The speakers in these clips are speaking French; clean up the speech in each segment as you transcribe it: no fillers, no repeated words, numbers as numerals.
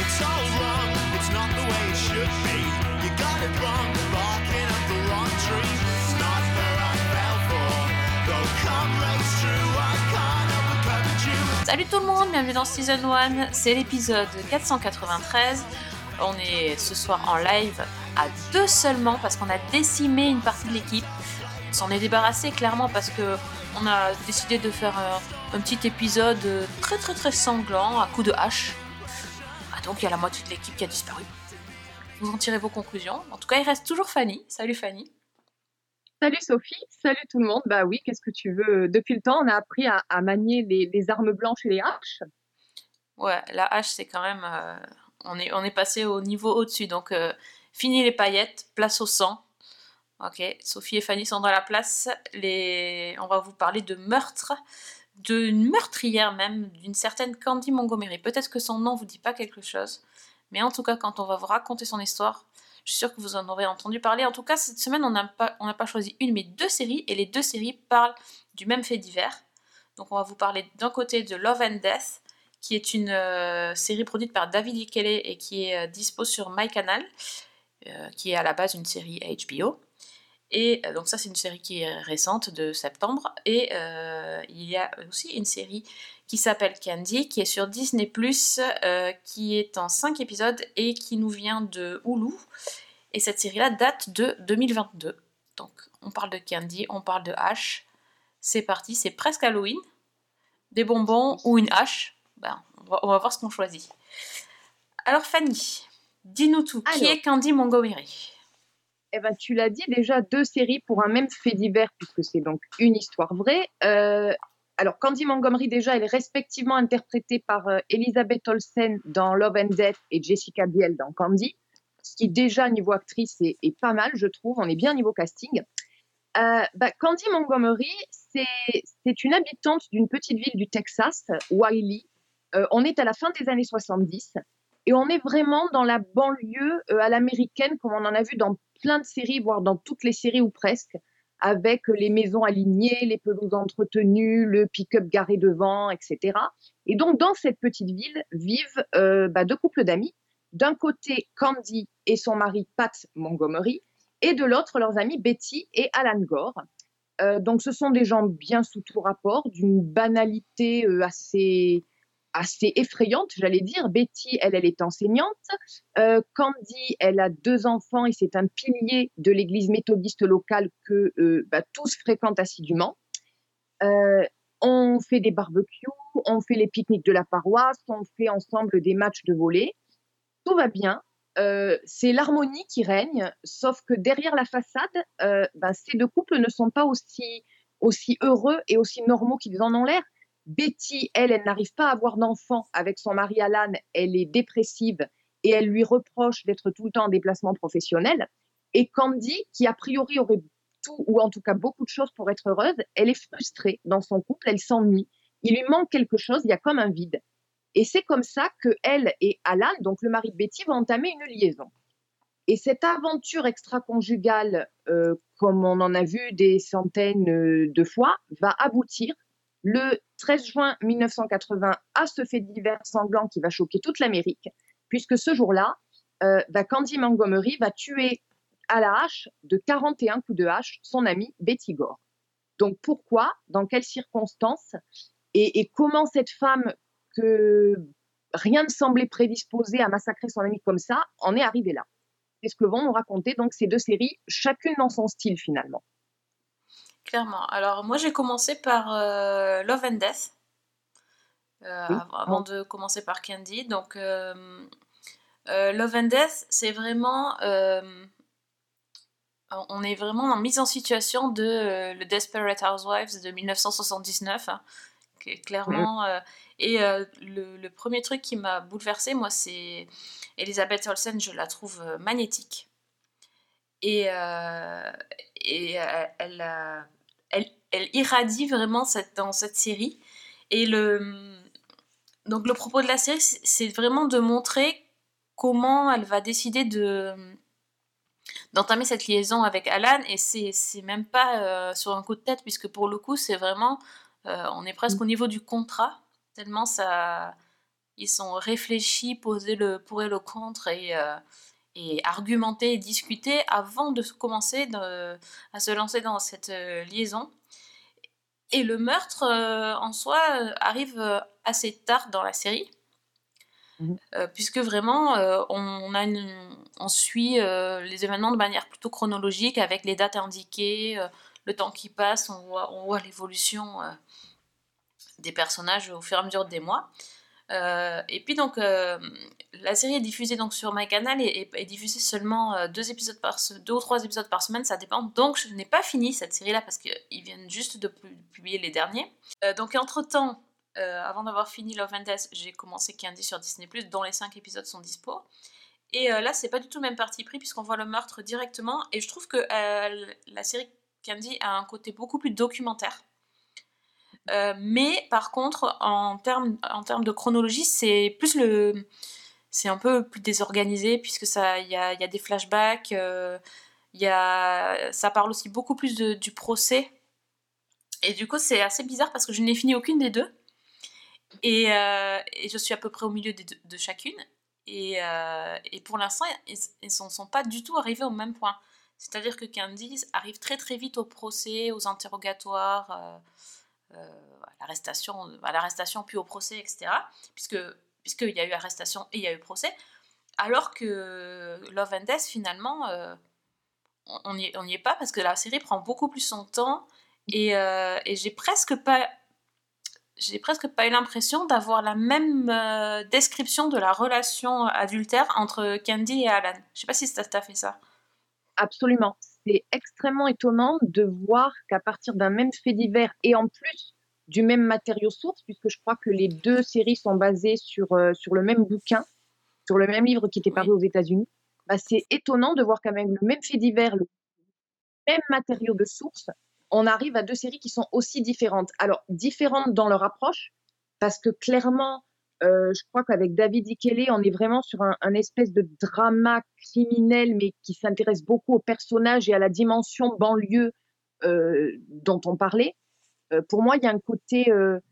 It's all wrong, it's not the way it should be. You got it wrong, barking up the wrong tree. It's not her I fell for, though come race true, I can't help but covet you. Salut tout le monde, bienvenue dans Season 1, c'est l'épisode 493. On est ce soir en live à 2 seulement parce qu'on a décimé une partie de l'équipe. On s'en est débarrassé clairement parce qu'on a décidé de faire un petit épisode très sanglant à coups de hache. Donc il y a la moitié de l'équipe qui a disparu. Vous en tirez vos conclusions. En tout cas, il reste toujours Fanny. Salut Fanny. Salut Sophie, salut tout le monde. Bah oui, qu'est-ce que tu veux? Depuis le temps, on a appris à manier les armes blanches et les haches. Ouais, la hache, c'est quand même... on est passé au niveau au-dessus. Donc, fini les paillettes, place au sang. Ok, Sophie et Fanny sont dans la place. On va vous parler de meurtre, d'une meurtrière même, d'une certaine Candy Montgomery. Peut-être que son nom vous dit pas quelque chose, mais en tout cas, quand on va vous raconter son histoire, je suis sûre que vous en aurez entendu parler. En tout cas, cette semaine, on n'a pas choisi une, mais 2 séries, et les 2 séries parlent du même fait divers. Donc, on va vous parler d'un côté de Love and Death, qui est une série produite par David E. Kelley et qui est dispo sur MyCanal, qui est à la base une série HBO. Et donc ça, c'est une série qui est récente, de septembre. Et il y a aussi une série qui s'appelle Candy, qui est sur Disney+, qui est en 5 épisodes et qui nous vient de Hulu. Et cette série-là date de 2022. Donc, on parle de Candy, on parle de hache. C'est parti, c'est presque Halloween. Des bonbons ou une hache. Ben, on va voir ce qu'on choisit. Alors Fanny, dis-nous tout. Qui est Candy Montgomery ? Eh ben, tu l'as dit déjà, 2 séries pour un même fait divers, puisque c'est donc une histoire vraie. Alors, Candy Montgomery, déjà, elle est respectivement interprétée par Elizabeth Olsen dans Love and Death et Jessica Biel dans Candy, ce qui, déjà, niveau actrice, est pas mal, je trouve. On est bien niveau casting. Candy Montgomery, c'est une habitante d'une petite ville du Texas, Wiley. On est à la fin des années 70 et on est vraiment dans la banlieue à l'américaine, comme on en a vu dans plein de séries, voire dans toutes les séries ou presque, avec les maisons alignées, les pelouses entretenues, le pick-up garé devant, etc. Et donc, dans cette petite ville vivent 2 couples d'amis. D'un côté, Candy et son mari Pat Montgomery, et de l'autre, leurs amis Betty et Alan Gore. Donc, ce sont des gens bien sous tout rapport, d'une banalité assez effrayante, j'allais dire. Betty, elle est enseignante. Candy, elle a 2 enfants et c'est un pilier de l'église méthodiste locale que tous fréquentent assidûment. On fait des barbecues, on fait les pique-niques de la paroisse, on fait ensemble des matchs de volley. Tout va bien. C'est l'harmonie qui règne, sauf que derrière la façade, ces 2 couples ne sont pas aussi heureux et aussi normaux qu'ils en ont l'air. Betty, elle n'arrive pas à avoir d'enfant avec son mari Alan, elle est dépressive et elle lui reproche d'être tout le temps en déplacement professionnel. Et Candy, qui a priori aurait tout, ou en tout cas beaucoup de choses pour être heureuse, elle est frustrée dans son couple, elle s'ennuie. Il lui manque quelque chose, il y a comme un vide. Et c'est comme ça qu'elle et Alan, donc le mari de Betty, vont entamer une liaison. Et cette aventure extra-conjugale, comme on en a vu des centaines de fois, va aboutir le 13 juin 1980 à ce fait divers sanglant qui va choquer toute l'Amérique, puisque ce jour-là, Candy Montgomery va tuer à la hache de 41 coups de hache son amie Betty Gore. Donc pourquoi, dans quelles circonstances et comment cette femme que rien ne semblait prédisposé à massacrer son amie comme ça en est arrivée là. C'est ce que vont nous raconter donc ces 2 séries, chacune dans son style finalement. Clairement. Alors, moi, j'ai commencé par Love and Death, avant de commencer par Candy. Donc, Love and Death, c'est vraiment... on est vraiment en mise en situation de le Desperate Housewives de 1979, hein, clairement. Et le premier truc qui m'a bouleversée, moi, c'est Elizabeth Olsen, je la trouve magnétique. Et elle irradie vraiment dans cette série. Et donc le propos de la série, c'est vraiment de montrer comment elle va décider d'entamer cette liaison avec Alan. Et c'est même pas sur un coup de tête, puisque pour le coup, c'est vraiment... on est presque au niveau du contrat, tellement ça... ils sont réfléchis, posés le pour et le contre et argumenter et discuter avant de commencer à se lancer dans cette liaison. Et le meurtre en soi arrive assez tard dans la série. Puisque vraiment on suit les événements de manière plutôt chronologique avec les dates indiquées, le temps qui passe, on voit l'évolution des personnages au fur et à mesure des mois. Et puis donc la série est diffusée donc sur MyCanal et est diffusée seulement 2 ou 3 épisodes par semaine, ça dépend. Donc je n'ai pas fini cette série là parce qu'ils viennent juste de publier les derniers. Donc entre temps, avant d'avoir fini Love and Death, j'ai commencé Candy sur Disney+, dont les 5 épisodes sont dispo. Et là, c'est pas du tout le même parti pris, puisqu'on voit le meurtre directement. Et je trouve que la série Candy a un côté beaucoup plus documentaire. Mais par contre, en termes de chronologie, c'est un peu plus désorganisé, puisque il y a des flashbacks, ça parle aussi beaucoup plus du procès. Et du coup, c'est assez bizarre parce que je n'ai fini aucune des deux. Et je suis à peu près au milieu de chacune. Et pour l'instant, ils ne sont pas du tout arrivés au même point. C'est-à-dire que Candy arrive très très vite au procès, aux interrogatoires, à l'arrestation puis au procès, etc. Puisqu'il y a eu arrestation et il y a eu procès. Alors que Love and Death, finalement, on n'y est pas parce que la série prend beaucoup plus son temps et j'ai presque pas eu l'impression d'avoir la même description de la relation adultère entre Candy et Alan. Je sais pas si ça t'a fait ça. Absolument. C'est extrêmement étonnant de voir qu'à partir d'un même fait divers et en plus du même matériau source, puisque je crois que les deux séries sont basées sur le même bouquin, sur le même livre qui était paru aux États-Unis, bah, c'est étonnant de voir qu'avec le même fait divers, le même matériau de source, on arrive à deux séries qui sont aussi différentes. Alors, différentes dans leur approche, parce que clairement, je crois qu'avec David Ikele, on est vraiment sur un espèce de drama criminel, mais qui s'intéresse beaucoup aux personnages et à la dimension banlieue dont on parlait. Pour moi, il y a un côté,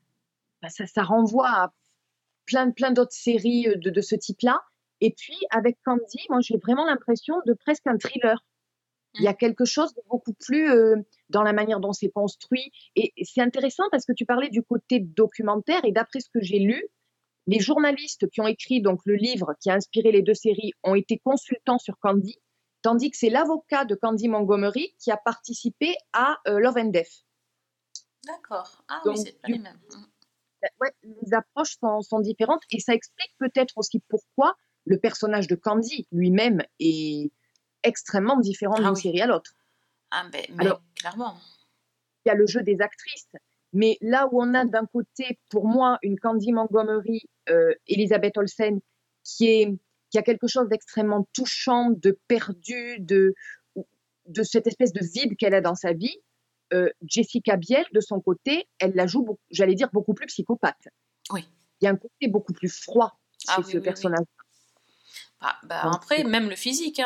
ça renvoie à plein d'autres séries de ce type-là. Et puis, avec Candy, moi, j'ai vraiment l'impression de presque un thriller. Il y a quelque chose de beaucoup plus dans la manière dont c'est construit. Et c'est intéressant parce que tu parlais du côté documentaire et d'après ce que j'ai lu, les journalistes qui ont écrit donc le livre qui a inspiré les deux séries ont été consultants sur Candy, tandis que c'est l'avocat de Candy Montgomery qui a participé à Love and Death. D'accord. Ah donc, oui, c'est pas les mêmes. Ouais, les approches sont différentes et ça explique peut-être aussi pourquoi le personnage de Candy lui-même est extrêmement différent d'une série à l'autre. Ah mais alors, clairement. Il y a le jeu des actrices, mais là où on a d'un côté, pour moi, une Candy Montgomery, Elizabeth Olsen, qui a quelque chose d'extrêmement touchant, de perdu, de cette espèce de vide qu'elle a dans sa vie. Jessica Biel, de son côté, elle la joue, j'allais dire, beaucoup plus psychopathe. Oui. Il y a un côté beaucoup plus froid chez ce personnage. Oui. Après, même le physique,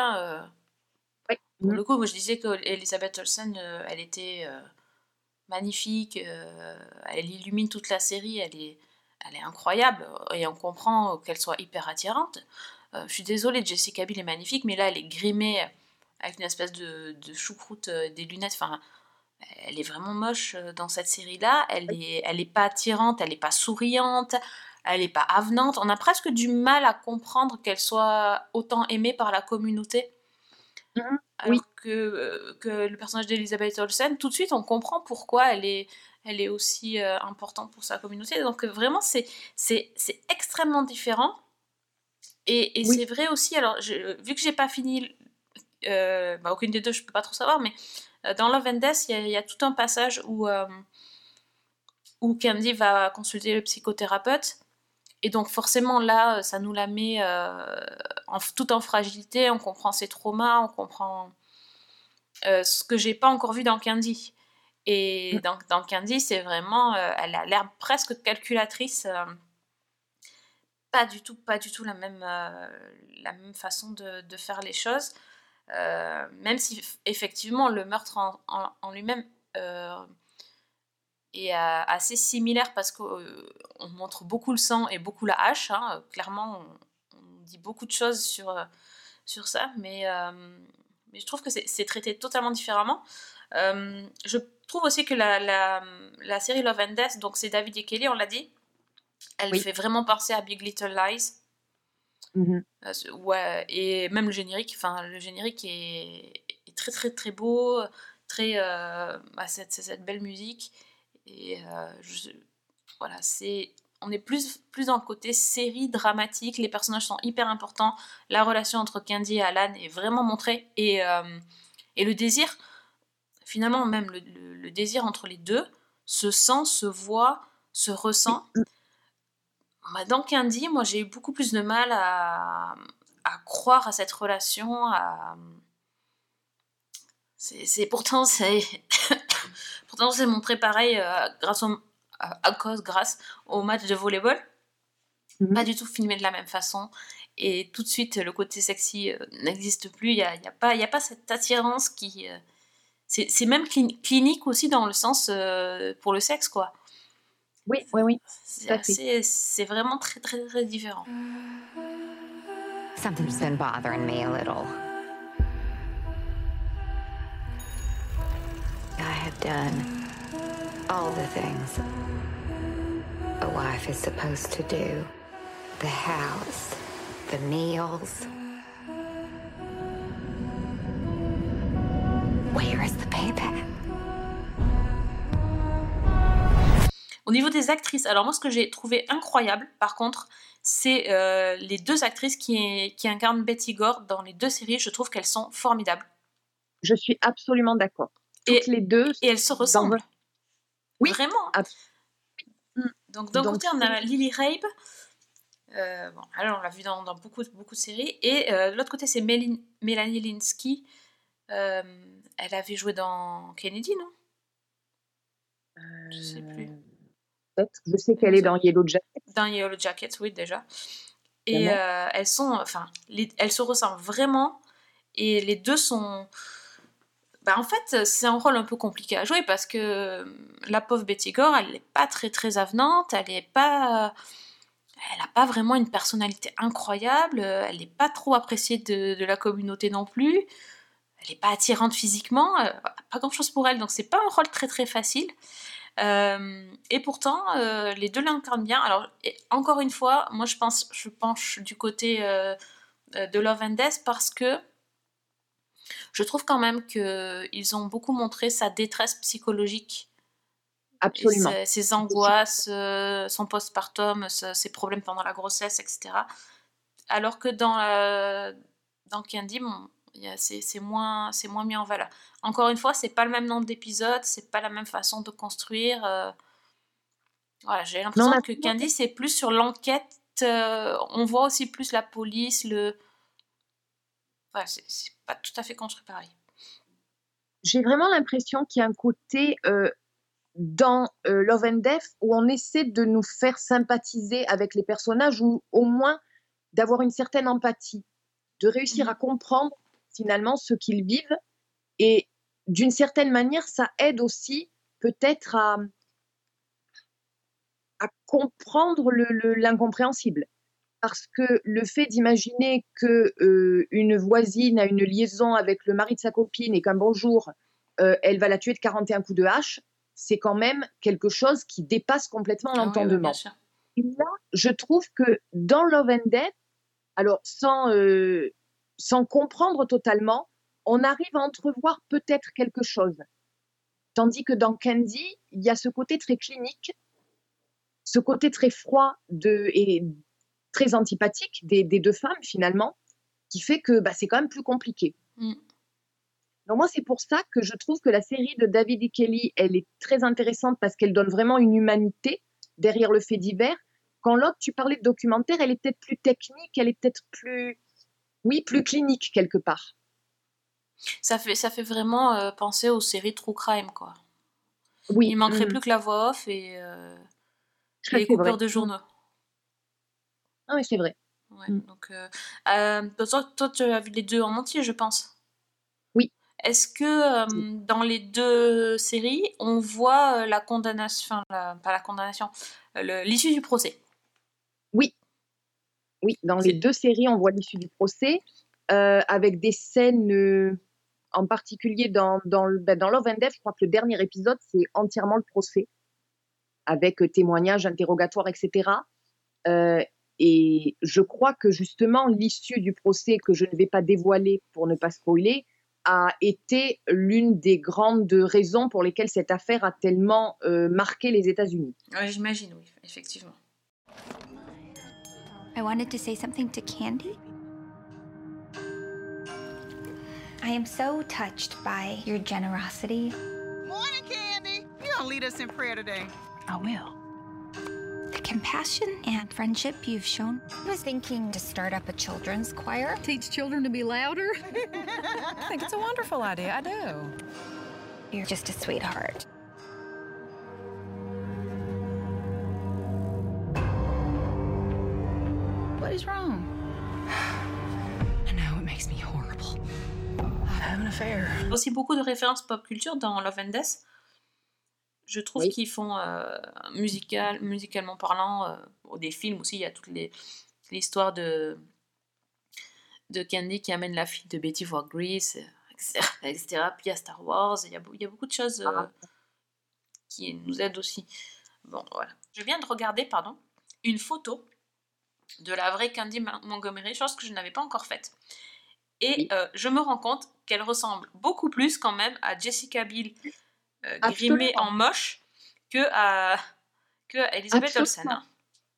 pour le coup, moi je disais qu'Elizabeth Olsen, elle était magnifique, elle illumine toute la série, elle est incroyable, et on comprend qu'elle soit hyper attirante. Je suis désolée, Jessica Biel est magnifique, mais là elle est grimée avec une espèce de choucroute, des lunettes, enfin, elle est vraiment moche dans cette série-là, elle est pas attirante, elle est pas souriante, elle est pas avenante, on a presque du mal à comprendre qu'elle soit autant aimée par la communauté. Alors que le personnage d'Elizabeth Olsen, tout de suite on comprend pourquoi elle est aussi importante pour sa communauté. Donc vraiment c'est extrêmement différent. Et c'est vrai aussi, alors vu que j'ai pas fini aucune des deux, je peux pas trop savoir, mais dans Love and Death, il y a tout un passage où Candy va consulter le psychothérapeute. Et donc forcément là, ça nous la met tout en fragilité, on comprend ses traumas, on comprend ce que j'ai pas encore vu dans Candy. Et dans Candy, c'est vraiment, elle a l'air presque calculatrice, pas du tout la même façon de faire les choses, même si effectivement le meurtre en lui-même assez similaire parce qu'on montre beaucoup le sang et beaucoup la hache. Hein. Clairement, on dit beaucoup de choses sur ça, mais je trouve que c'est traité totalement différemment. Je trouve aussi que la série Love and Death, donc c'est David et Kelly, on l'a dit, elle fait vraiment penser à Big Little Lies. Ouais, et même le générique est très très très beau, très cette belle musique, et voilà, on est plus dans le côté série dramatique, les personnages sont hyper importants, la relation entre Candy et Alan est vraiment montrée, et le désir, finalement même le désir entre les deux se sent, se voit, se ressent. Dans Candy, moi j'ai eu beaucoup plus de mal à croire à cette relation, pourtant c'est montré pareil grâce au match de volleyball. Pas du tout filmé de la même façon, et tout de suite le côté sexy n'existe plus. Il y a pas cette attirance qui c'est même clinique aussi dans le sens pour le sexe, quoi. Oui. C'est vraiment très très très différent. Something's been bothering me a little. I have done all the things a wife is supposed to do. The house, the meals. Where is the payback? Au niveau des actrices, alors moi ce que j'ai trouvé incroyable par contre, c'est les deux actrices qui incarnent Betty Gore dans les deux séries. Je trouve qu'elles sont formidables. Je suis absolument d'accord. Toutes les deux. Et elles se ressemblent. Oui, vraiment. Donc d'un côté on a Lily Rabe. Alors on l'a vu dans beaucoup de séries. Et de l'autre côté c'est Mélanie Linsky. Elle avait joué dans Kennedy, non? Je sais plus. Peut-être. Je sais qu'elle est dans Yellow Jacket. Dans Yellow Jacket, oui, déjà. Et elles se ressemblent vraiment. Et les deux sont... en fait, c'est un rôle un peu compliqué à jouer parce que la pauvre Betty Gore, elle n'est pas très très avenante, elle n'a pas vraiment une personnalité incroyable, elle n'est pas trop appréciée de la communauté non plus, elle n'est pas attirante physiquement, pas grand chose pour elle, donc c'est pas un rôle très très facile. Et pourtant, les deux l'incarnent bien. Alors, encore une fois, moi je penche du côté de Love and Death parce que je trouve quand même qu'ils ont beaucoup montré sa détresse psychologique. Absolument. Ses angoisses, son postpartum, ses problèmes pendant la grossesse, etc. Alors que dans Candy, c'est moins mis en valeur. Encore une fois, c'est pas le même nombre d'épisodes, c'est pas la même façon de construire. Voilà, j'ai l'impression que Candy, c'est plus sur l'enquête. On voit aussi plus la police, Voilà, c'est pas tout à fait construit pareil. J'ai vraiment l'impression qu'il y a un côté dans Love and Death où on essaie de nous faire sympathiser avec les personnages, ou au moins d'avoir une certaine empathie, de réussir à comprendre finalement ce qu'ils vivent, et d'une certaine manière ça aide aussi peut-être à comprendre l'incompréhensible, parce que le fait d'imaginer que une voisine a une liaison avec le mari de sa copine et qu'un bon jour elle va la tuer de 41 coups de hache, c'est quand même quelque chose qui dépasse complètement l'entendement. Oui, et là, je trouve que dans Love and Death, alors sans comprendre totalement, on arrive à entrevoir peut-être quelque chose. Tandis que dans Candy, il y a ce côté très clinique, ce côté très froid et très antipathique des deux femmes finalement, qui fait que c'est quand même plus compliqué. Donc moi, c'est pour ça que je trouve que la série de David E. Kelly, elle est très intéressante parce qu'elle donne vraiment une humanité derrière le fait divers. Quand l'autre, tu parlais de documentaire, elle est peut-être plus technique, elle est peut-être plus clinique quelque part. Ça fait vraiment penser aux séries True Crime, quoi. Oui. Il manquerait plus que la voix off et les coupures de journaux. Ah oui, c'est vrai. Ouais, donc, toi, tu as vu les deux en entier, je pense. Oui. Est-ce que dans les deux séries, on voit la condamnation, pas la condamnation, l'issue du procès? Oui, dans les C'est- deux séries, on voit l'issue du procès, avec des scènes, en particulier dans Love and Death, je crois que le dernier épisode, c'est entièrement le procès, avec témoignages, interrogatoires, etc. Et je crois que justement, l'issue du procès, que je ne vais pas dévoiler pour ne pas spoiler, a été l'une des grandes raisons pour lesquelles cette affaire a tellement marqué les États-Unis. Ouais, j'imagine, oui, effectivement. I wanted to say something to Candy. I am so touched by your generosity. Morning, Candy. You gonna lead us in prayer today? I will. The compassion and friendship you've shown. I was thinking to start up a children's choir. Teach children to be louder? I think it's a wonderful idea. I do. You're just a sweetheart. What is wrong? I know, it makes me horrible. I have an affair. Il y a aussi beaucoup de références pop culture dans Love and Death. Je trouve Oui. qu'ils font musicalement parlant, des films aussi, il y a toute l'histoire de Candy qui amène la fille de Betty voir Grease, etc. Puis il y a Star Wars, il y a beaucoup de choses qui nous aident aussi. Bon, voilà. Je viens de regarder, une photo de la vraie Candy Montgomery, chose que je n'avais pas encore faite. Et je me rends compte qu'elle ressemble beaucoup plus quand même à Jessica Biel grimée en moche que à Elizabeth Olsen. Hein.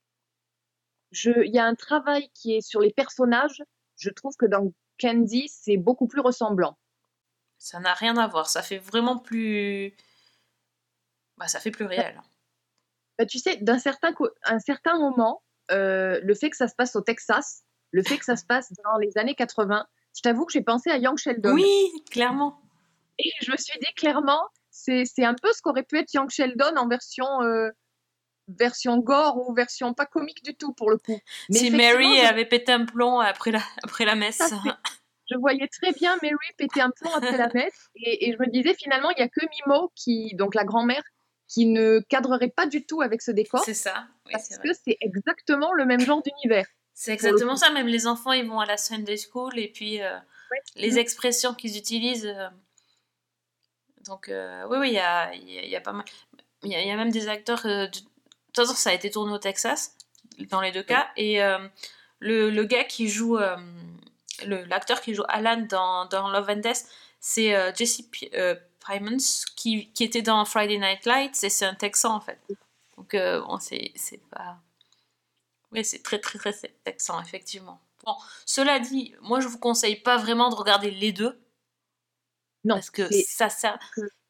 Il y a un travail qui est sur les personnages. Je trouve que dans Candy, c'est beaucoup plus ressemblant. Ça n'a rien à voir. Ça fait vraiment plus... ça fait plus réel. Tu sais, un certain moment, le fait que ça se passe au Texas, le fait que ça se passe dans les années 80, je t'avoue que j'ai pensé à Young Sheldon. Oui, clairement. Et je me suis dit clairement, c'est un peu ce qu'aurait pu être Young Sheldon en version gore ou version pas comique du tout pour le coup. Mais si Mary avait pété un plomb après la messe. Je voyais très bien Mary péter un plomb après la messe et je me disais finalement il n'y a que Mimo, donc la grand-mère, qui ne cadrerait pas du tout avec ce décor. C'est ça. Oui, parce que c'est exactement le même genre d'univers. C'est exactement ça. Même les enfants, ils vont à la Sunday School et puis les expressions qu'ils utilisent. Donc, oui, il y a pas mal. Il y a même des acteurs. De toute façon, ça a été tourné au Texas, dans les deux cas. Et le gars qui joue. L'acteur qui joue Alan dans Love and Death, c'est Jesse Plemons qui était dans Friday Night Lights et c'est un Texan en fait. Donc, bon, c'est pas. Oui, c'est très, très, très texan, effectivement. Bon, cela dit, moi, je vous conseille pas vraiment de regarder les deux. Non. Parce que ça sert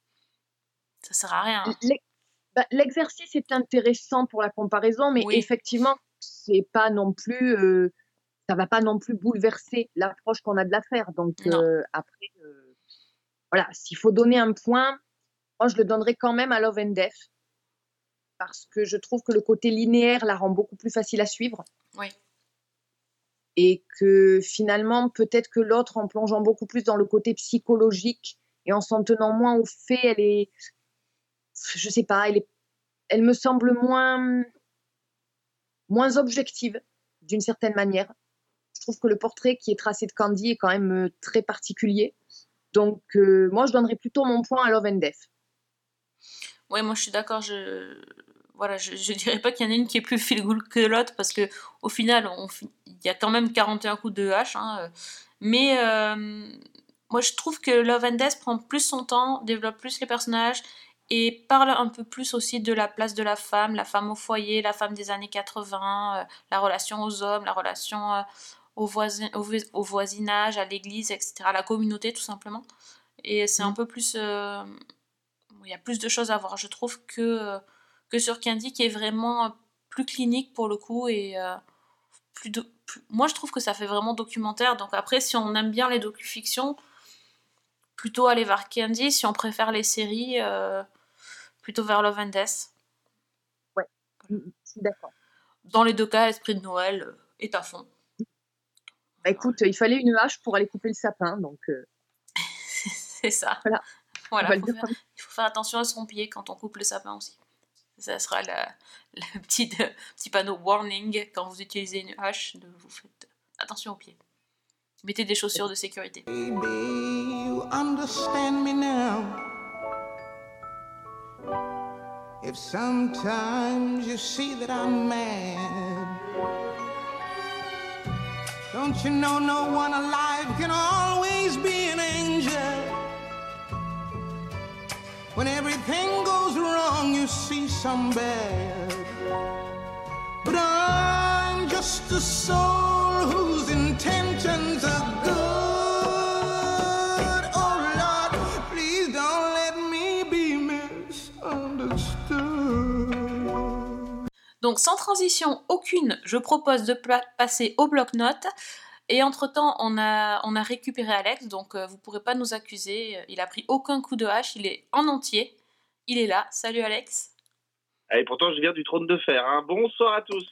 à rien. L'exercice est intéressant pour la comparaison, mais effectivement, c'est pas non plus... ça va pas non plus bouleverser l'approche qu'on a de l'affaire. Donc, après, voilà, s'il faut donner un point, moi, je le donnerais quand même à Love and Death. Parce que je trouve que le côté linéaire la rend beaucoup plus facile à suivre. Oui. Et que finalement, peut-être que l'autre, en plongeant beaucoup plus dans le côté psychologique et en s'en tenant moins aux faits, elle est... Je sais pas, elle me semble moins objective, d'une certaine manière. Je trouve que le portrait qui est tracé de Candy est quand même très particulier. Donc, moi, je donnerais plutôt mon point à Love and Death. Ouais, moi je suis d'accord, je dirais pas qu'il y en a une qui est plus feel-good que l'autre parce que au final il y a quand même 41 coups de hache, hein, mais moi je trouve que Love and Death prend plus son temps, développe plus les personnages et parle un peu plus aussi de la place de la femme au foyer, la femme des années 80, la relation aux hommes, la relation au voisinage, à l'église, etc., à la communauté tout simplement, et c'est un peu plus... il y a plus de choses à voir, je trouve, que sur Candy, qui est vraiment plus clinique pour le coup, et moi je trouve que ça fait vraiment documentaire. Donc après, si on aime bien les docu-fictions, plutôt aller vers Candy. Si on préfère les séries, plutôt vers Love and Death. Ouais, je suis d'accord. Dans les deux cas, l'esprit de Noël est à fond. Écoute, il fallait une hache pour aller couper le sapin, donc... C'est ça. Voilà. Voilà, On va le dire comme il faut faire attention à son pied quand on coupe le sapin aussi. Ça sera le petit panneau warning quand vous utilisez une hache. Vous faites attention aux pieds. Mettez des chaussures de sécurité. Baby, you understand me now. If sometimes you see that I'm mad, don't you know no one alive can always be an angel? When everything goes wrong, you see some bad. But I'm just a soul whose intentions are good. Oh Lord, please don't let me be misunderstood. Donc sans transition aucune, je propose de passer au bloc-notes. Et entre-temps, on a récupéré Alex, donc vous pourrez pas nous accuser. Il a pris aucun coup de hache, il est en entier. Il est là. Salut Alex. Et pourtant, je viens du trône de fer. Hein. Bonsoir à tous.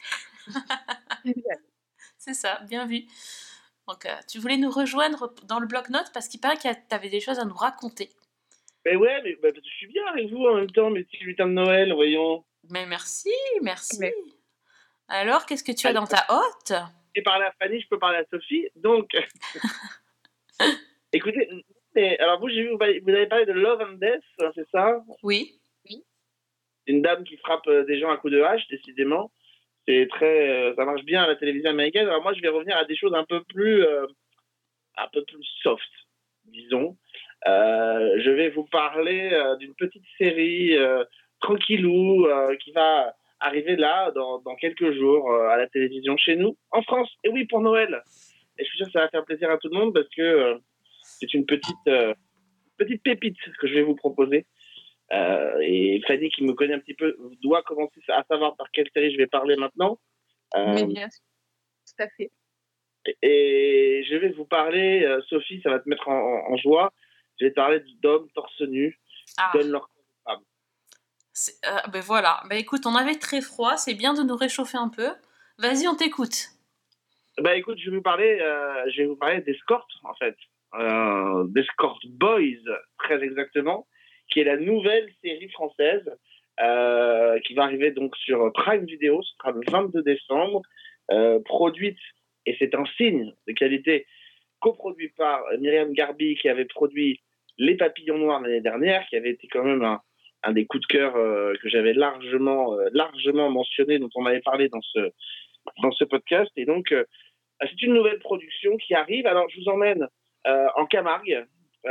C'est ça, bien vu. Donc tu voulais nous rejoindre dans le bloc-notes parce qu'il paraît que tu avais des choses à nous raconter. Mais ouais, mais je suis bien avec vous en même temps, mes petits lutins de Noël, voyons. Mais merci. Alors, qu'est-ce que tu as dans ta hotte? J'ai parlé à Fanny, je peux parler à Sophie. Donc, écoutez, alors vous, j'ai vu, vous avez parlé de Love and Death, c'est ça? Oui. Une dame qui frappe des gens à coups de hache, décidément. C'est très, ça marche bien à la télévision américaine. Alors moi, je vais revenir à des choses un peu plus soft, disons. Je vais vous parler d'une petite série tranquillou qui va arriver là dans quelques jours à la télévision chez nous, en France. Et oui, pour Noël. Et je suis sûr que ça va faire plaisir à tout le monde parce que c'est une petite pépite que je vais vous proposer. Et Fanny, qui me connaît un petit peu, doit commencer à savoir par quelle série je vais parler maintenant. Mais bien sûr, tout à fait. Et je vais vous parler, Sophie, ça va te mettre en joie. Je vais te parler d'hommes torse nu qui donnent leur corps aux femmes. Ben voilà. Ben écoute, on avait très froid, c'est bien de nous réchauffer un peu. Vas-y, on t'écoute. Ben écoute, je vais vous parler d'Escort, en fait. D'Escort Boys, très exactement, qui est la nouvelle série française qui va arriver donc sur Prime Video, ce sera le 22 décembre, produite, et c'est un signe de qualité, coproduit par Myriam Garbi, qui avait produit Les Papillons Noirs l'année dernière, qui avait été quand même un des coups de cœur que j'avais largement mentionné, dont on avait parlé dans ce podcast. Et donc, c'est une nouvelle production qui arrive. Alors, je vous emmène en Camargue.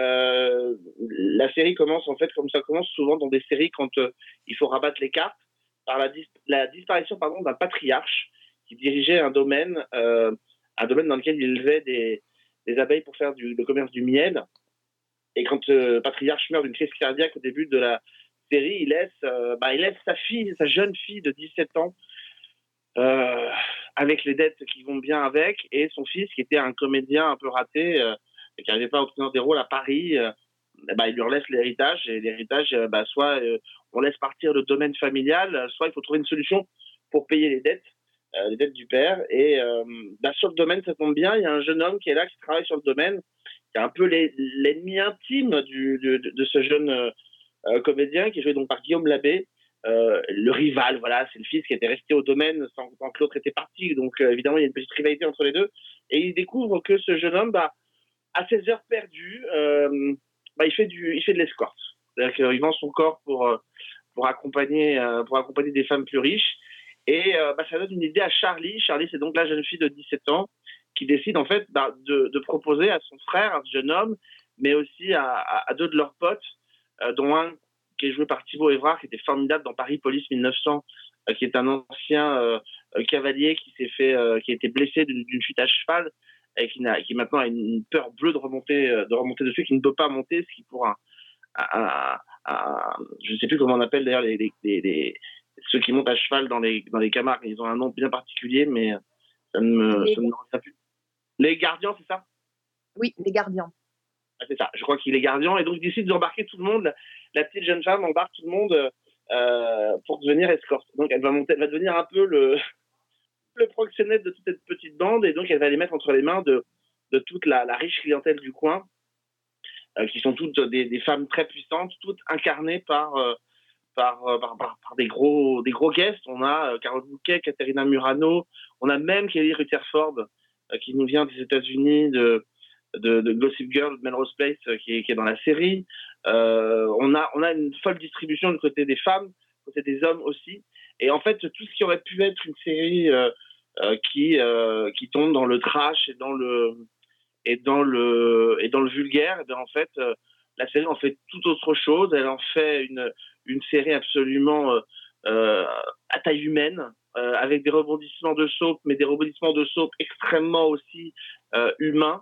La série commence, en fait, comme ça commence souvent dans des séries quand il faut rabattre les cartes, par la disparition d'un patriarche qui dirigeait un domaine dans lequel il élevait des abeilles pour faire le commerce du miel. Et quand le patriarche meurt d'une crise cardiaque au début de la série, il laisse sa jeune fille de 17 ans avec les dettes qui vont bien avec, et son fils qui était un comédien un peu raté et qui n'arrivait pas à obtenir des rôles à Paris. Il lui relaisse l'héritage, et l'héritage, soit on laisse partir le domaine familial, soit il faut trouver une solution pour payer les dettes du père. Et sur le domaine, ça tombe bien, il y a un jeune homme qui est là, qui travaille sur le domaine, qui est un peu l'ennemi intime de ce jeune comédien, qui est joué donc par Guillaume Labbé, le rival. Voilà, c'est le fils qui était resté au domaine tant que l'autre était parti, donc évidemment il y a une petite rivalité entre les deux, et il découvre que ce jeune homme, à ses heures perdues, il fait de l'escorte. C'est-à-dire qu'il vend son corps pour accompagner des femmes plus riches. Et ça donne une idée à Charlie. Charlie, c'est donc la jeune fille de 17 ans qui décide en fait de proposer à son frère, à ce jeune homme, mais aussi à deux de leurs potes, dont un qui est joué par Thibaut Évrard, qui était formidable dans Paris Police 1900, qui est un ancien cavalier qui a été blessé d'une fuite à cheval, et qui maintenant a une peur bleue de remonter dessus, qui ne peut pas monter, ce qui pour je ne sais plus comment on appelle d'ailleurs ceux qui montent à cheval dans les Camargues, ils ont un nom bien particulier, mais ça ne me revient plus. Les gardiens, c'est ça? Oui, les gardiens. Ah, c'est ça, je crois qu'il est gardien, et donc il décide d'embarquer tout le monde. La petite jeune femme embarque tout le monde pour devenir escorte. Donc elle va devenir un peu le proxénète de toute cette petite bande, et donc elle va les mettre entre les mains de toute la riche clientèle du coin. qui sont toutes des femmes très puissantes, toutes incarnées par des gros guests. On a Carole Bouquet, Caterina Murano, on a même Kelly Rutherford qui nous vient des États-Unis de Gossip Girl, de Melrose Place, qui est dans la série. On a une folle distribution du côté des femmes, du côté des hommes aussi. Et en fait, tout ce qui aurait pu être une série qui tombe dans le trash et dans le vulgaire, et bien en fait, la série en fait tout autre chose. Elle en fait une série absolument à taille humaine, avec des rebondissements de soap, mais des rebondissements de soap extrêmement aussi humains.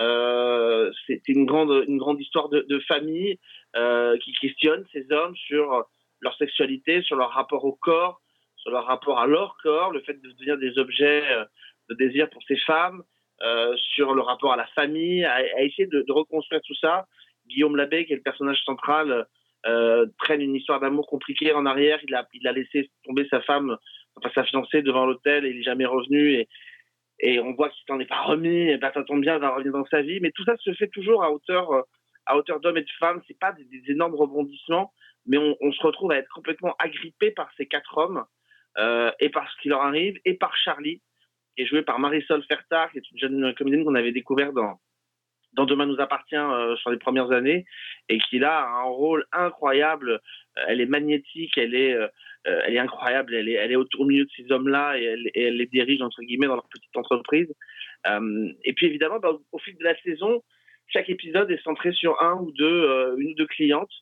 C'est une grande histoire de famille qui questionne ces hommes sur leur sexualité, sur leur rapport au corps, sur leur rapport à leur corps, le fait de devenir des objets de désir pour ces femmes, sur le rapport à la famille, à essayer de reconstruire tout ça. Guillaume Labbé, qui est le personnage central, traîne une histoire d'amour compliquée en arrière. Il a laissé tomber sa femme, enfin sa fiancée, devant l'hôtel, et il n'est jamais revenu. Et on voit qu'il s'en est pas remis. Et ben, ça tombe bien, il va revenir dans sa vie. Mais tout ça se fait toujours à hauteur d'hommes et de femmes. C'est pas des énormes rebondissements, mais on se retrouve à être complètement agrippé par ces 4 hommes, et par ce qui leur arrive, et par Charlie, qui est jouée par Marisol Fertard, qui est une jeune comédienne qu'on avait découvert dans Demain nous appartient sur les premières années, et qui là a un rôle incroyable. Elle est magnétique, elle est incroyable, elle est au milieu de ces hommes-là, et elle les dirige entre guillemets dans leur petite entreprise. Et puis évidemment, au fil de la saison, chaque épisode est centré sur une ou deux clientes,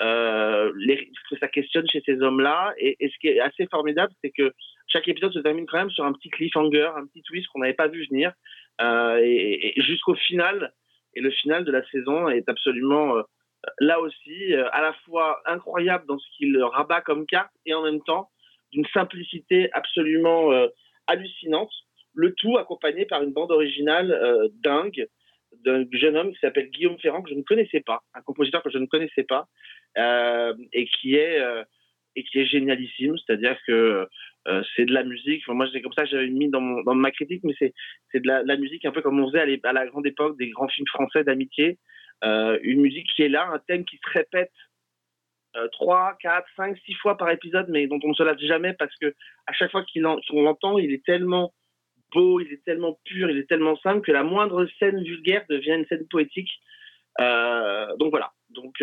ce que ça questionne chez ces hommes-là. Et ce qui est assez formidable, c'est que chaque épisode se termine quand même sur un petit cliffhanger, un petit twist qu'on n'avait pas vu venir, et jusqu'au final. Et le final de la saison est absolument, là aussi, à la fois incroyable dans ce qu'il rabat comme carte, et en même temps d'une simplicité absolument hallucinante. Le tout accompagné par une bande originale dingue d'un jeune homme qui s'appelle Guillaume Ferrand, que je ne connaissais pas, un compositeur que je ne connaissais pas, et qui est génialissime. C'est-à-dire que c'est de la musique. Enfin, moi, c'est comme ça que j'avais mis dans ma critique, mais c'est de la musique un peu comme on faisait à la grande époque des grands films français d'amitié. Une musique qui est là, un thème qui se répète 3, 4, 5, 6 fois par épisode, mais dont on ne se lasse jamais, parce que à chaque fois qu'on l'entend, il est tellement beau, il est tellement pur, il est tellement simple que la moindre scène vulgaire devient une scène poétique. Donc voilà. Donc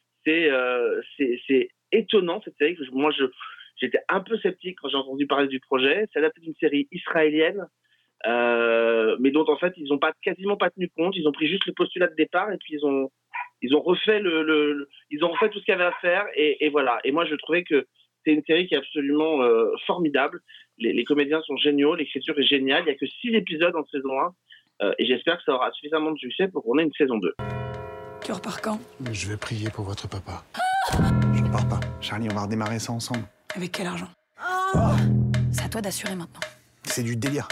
c'est étonnant cette série. Moi, j'étais un peu sceptique quand j'ai entendu parler du projet. C'est adapté d'une série israélienne, mais dont en fait ils n'ont quasiment pas tenu compte. Ils ont pris juste le postulat de départ, et puis ils ont refait ils ont refait tout ce qu'il y avait à faire, et voilà. Et moi, je trouvais que c'est une série qui est absolument formidable. Les comédiens sont géniaux, l'écriture est géniale. Il n'y a que 6 épisodes en saison 1, et j'espère que ça aura suffisamment de succès pour qu'on ait une saison 2. Tu repars quand? Je vais prier pour votre papa. Je repars pas. Charlie, on va redémarrer ça ensemble. Avec quel argent? C'est à toi d'assurer maintenant. C'est du délire.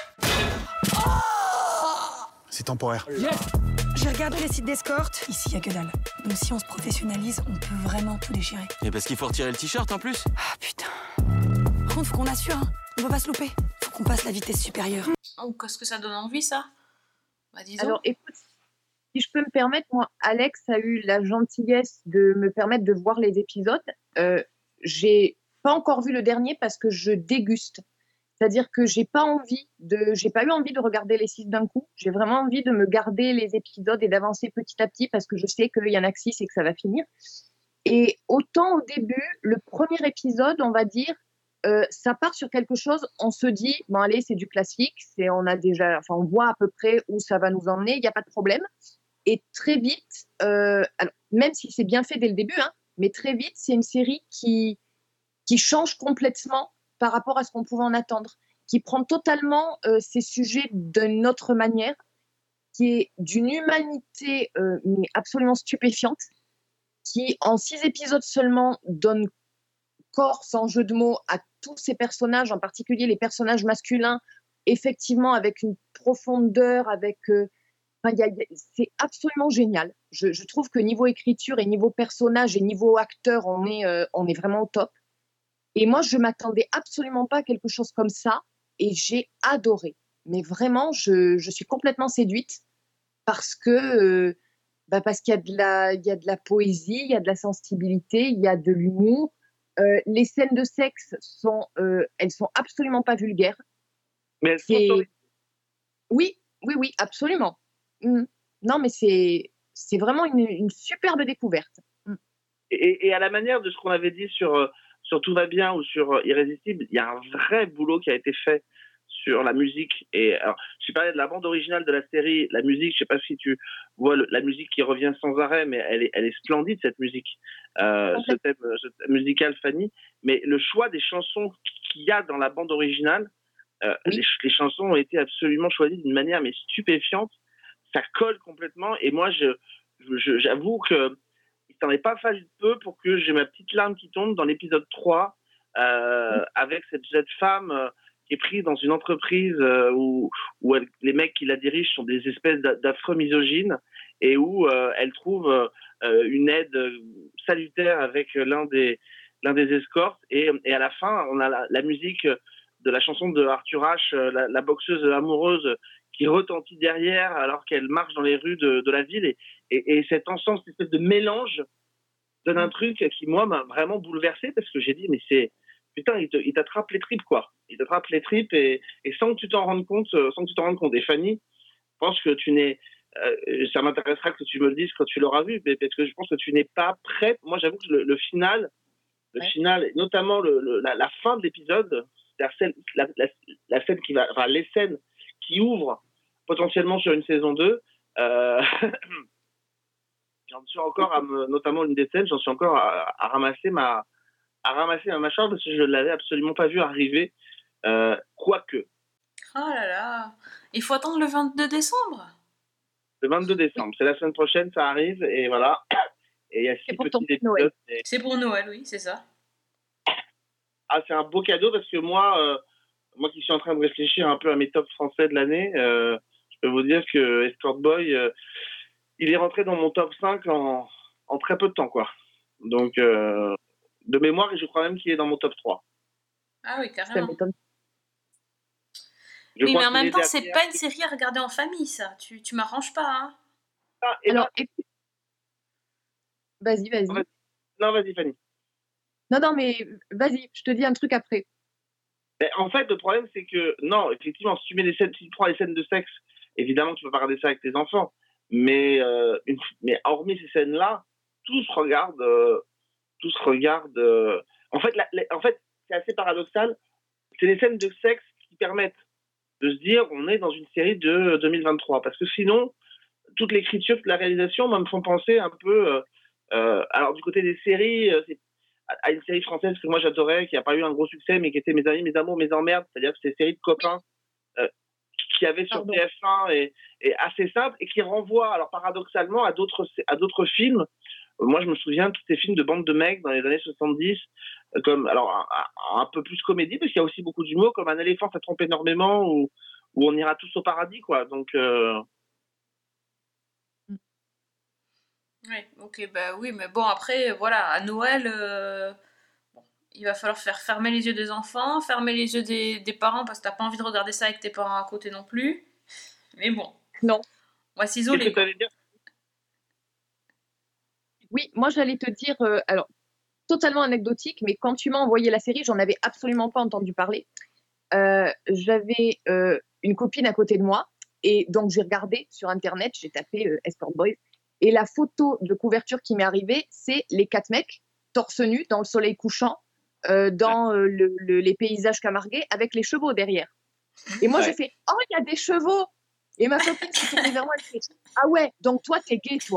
C'est temporaire. J'ai regardé les sites d'escorte. Ici, y a que dalle. Donc si on se professionnalise, on peut vraiment tout déchirer. Et parce qu'il faut retirer le t-shirt en plus. Ah putain. Par contre, faut qu'on assure, hein. On va pas se louper. Faut qu'on passe la vitesse supérieure. Oh, qu'est-ce que ça donne envie, ça? Bah, disons. Alors, écoute, si je peux me permettre, moi, Alex a eu la gentillesse de me permettre de voir les épisodes. J'ai pas encore vu le dernier parce que je déguste. C'est-à-dire que j'ai pas eu envie de regarder les 6 d'un coup. J'ai vraiment envie de me garder les épisodes et d'avancer petit à petit, parce que je sais qu'il y en a que 6 et que ça va finir. Et autant au début, le premier épisode, on va dire, ça part sur quelque chose, on se dit, bon allez, c'est du classique, on voit à peu près où ça va nous emmener, il n'y a pas de problème. Et très vite, alors, même si c'est bien fait dès le début, hein, mais très vite, c'est une série qui change complètement par rapport à ce qu'on pouvait en attendre, qui prend totalement ces sujets d'une autre manière, qui est d'une humanité mais absolument stupéfiante, qui en 6 épisodes seulement donne corps, sans jeu de mots, à tous ces personnages, en particulier les personnages masculins, effectivement avec une profondeur, c'est absolument génial. Je trouve que niveau écriture et niveau personnage et niveau acteur, on est vraiment au top. Et moi, je m'attendais absolument pas à quelque chose comme ça, et j'ai adoré. Mais vraiment, je suis complètement séduite, parce que Parce qu'il y il y a de la poésie, il y a de la sensibilité, il y a de l'humour. Les scènes de sexe elles sont absolument pas vulgaires. Mais elles sont Oui, oui, absolument. Non, mais c'est vraiment une superbe découverte. Et à la manière de ce qu'on avait dit sur Tout va bien ou sur Irrésistible, il y a un vrai boulot qui a été fait sur la musique. Et alors, je parlais de la bande originale de la série, la musique, je sais pas si tu vois la musique qui revient sans arrêt, mais elle est splendide, cette musique, ce thème musical, Fanny. Mais le choix des chansons qu'il y a dans la bande originale, les chansons ont été absolument choisies d'une manière mais stupéfiante. Ça colle complètement. Et moi, j'avoue que il s'en est pas fallu peu pour que j'ai ma petite larme qui tombe dans l'épisode 3, avec cette jeune femme qui est prise dans une entreprise où les mecs qui la dirigent sont des espèces d'affreux misogynes, et où elle trouve une aide salutaire avec l'un des escortes, et à la fin on a la musique de la chanson de Arthur H, la boxeuse amoureuse, qui retentit derrière alors qu'elle marche dans les rues de la ville, et cet ensemble, cette espèce de mélange donne un truc qui moi m'a vraiment bouleversé, parce que j'ai dit mais c'est putain, il t'attrape les tripes, quoi. Il t'attrape les tripes, et sans que tu t'en rendes compte, Et Fanny, je pense que tu n'es ça m'intéressera que tu me le dises quand tu l'auras vu, parce que je pense que tu n'es pas prête. Moi, j'avoue que le final, et notamment la fin de l'épisode, la scène qui va, enfin, les scènes qui ouvrent potentiellement sur une saison 2, j'en suis encore notamment une des scènes, j'en suis encore à ramasser ma mâchoire, parce que je ne l'avais absolument pas vu arriver, quoique. Oh là là, il faut attendre le 22 décembre. Le 22 décembre, c'est la semaine prochaine, ça arrive, et voilà. Et il y a 6 petits épisodes. C'est pour Noël, oui, c'est ça. Ah, c'est un beau cadeau, parce que moi qui suis en train de réfléchir un peu à mes tops français de l'année, je peux vous dire que Escort Boy, il est rentré dans mon top 5 en très peu de temps, quoi. Donc, de mémoire, et je crois même qu'il est dans mon top 3. Ah oui, carrément. Oui, mais en même temps, c'est pas une série à regarder en famille, ça. Tu m'arranges pas, hein. Alors, vas-y. Non, vas-y, Fanny. Non, mais vas-y, je te dis un truc après. Mais en fait, le problème, c'est que, non, effectivement, si tu prends les scènes de sexe, évidemment, tu peux pas regarder ça avec tes enfants. Mais hormis ces scènes-là, tout se regarde. En fait, c'est assez paradoxal. C'est les scènes de sexe qui permettent de se dire on est dans une série de 2023. Parce que sinon, toute l'écriture, toute la réalisation me font penser un peu. Alors, du côté des séries, c'est à une série française que moi j'adorais, qui n'a pas eu un gros succès, mais qui était Mes amis, mes amours, mes emmerdes. C'est-à-dire que c'est une série de copains qui avait sur TF1, et assez simple, et qui renvoie, alors paradoxalement, à d'autres films. Moi, je me souviens de tous ces films de bande de mecs dans les années 70, comme, alors, un peu plus comédie, parce qu'il y a aussi beaucoup d'humour, comme Un éléphant, ça trompe énormément, où on ira tous au paradis, quoi. Donc, Oui, ok, oui, mais bon, après, voilà, à Noël, il va falloir faire fermer les yeux des enfants, fermer les yeux des parents, parce que t'as pas envie de regarder ça avec tes parents à côté non plus. Mais bon. Non. On va s'isoler. Oui, moi j'allais te dire, alors, totalement anecdotique, mais quand tu m'as envoyé la série, j'en avais absolument pas entendu parler. J'avais une copine à côté de moi, et donc j'ai regardé sur Internet, j'ai tapé Escort Boys, et la photo de couverture qui m'est arrivée, c'est les 4 mecs, torse nu, dans le soleil couchant, dans les paysages camarguais, avec les chevaux derrière. Et moi, j'ai fait « Oh, il y a des chevaux !» Et ma copine s'est tournée vers moi, elle fait « Ah ouais, donc toi, t'es gay, toi !»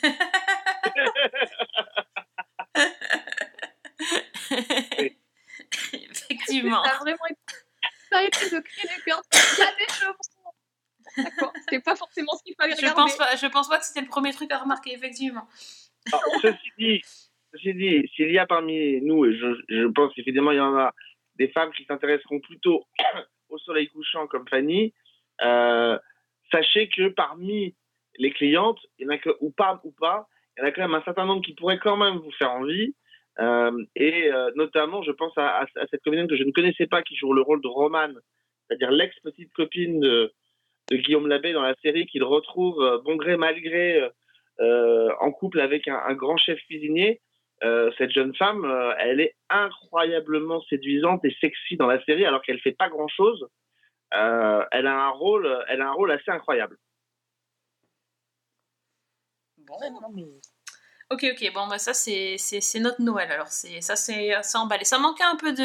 Effectivement. Ça a été de crier les cœurs. Il y a des chevaux. D'accord, c'était pas forcément ce qu'il fallait regarder. Je pense pas que c'était le premier truc à remarquer, effectivement. Alors, ceci dit, s'il y a parmi nous, et je pense qu'évidemment il y en a, des femmes qui s'intéresseront plutôt au soleil couchant comme Fanny, sachez que parmi les clientes, il y en a que, ou pas, il y en a quand même un certain nombre qui pourraient quand même vous faire envie. Et notamment, je pense à cette comédienne que je ne connaissais pas, qui joue le rôle de Romane, c'est-à-dire l'ex-petite copine de Guillaume Labbé dans la série, qu'il retrouve bon gré mal gré en couple avec un grand chef cuisinier. Cette jeune femme, elle est incroyablement séduisante et sexy dans la série, alors qu'elle fait pas grand-chose. Elle a un rôle assez incroyable. Bon. Ok, bon, bah ça c'est notre Noël, alors c'est emballé. Ça manquait un peu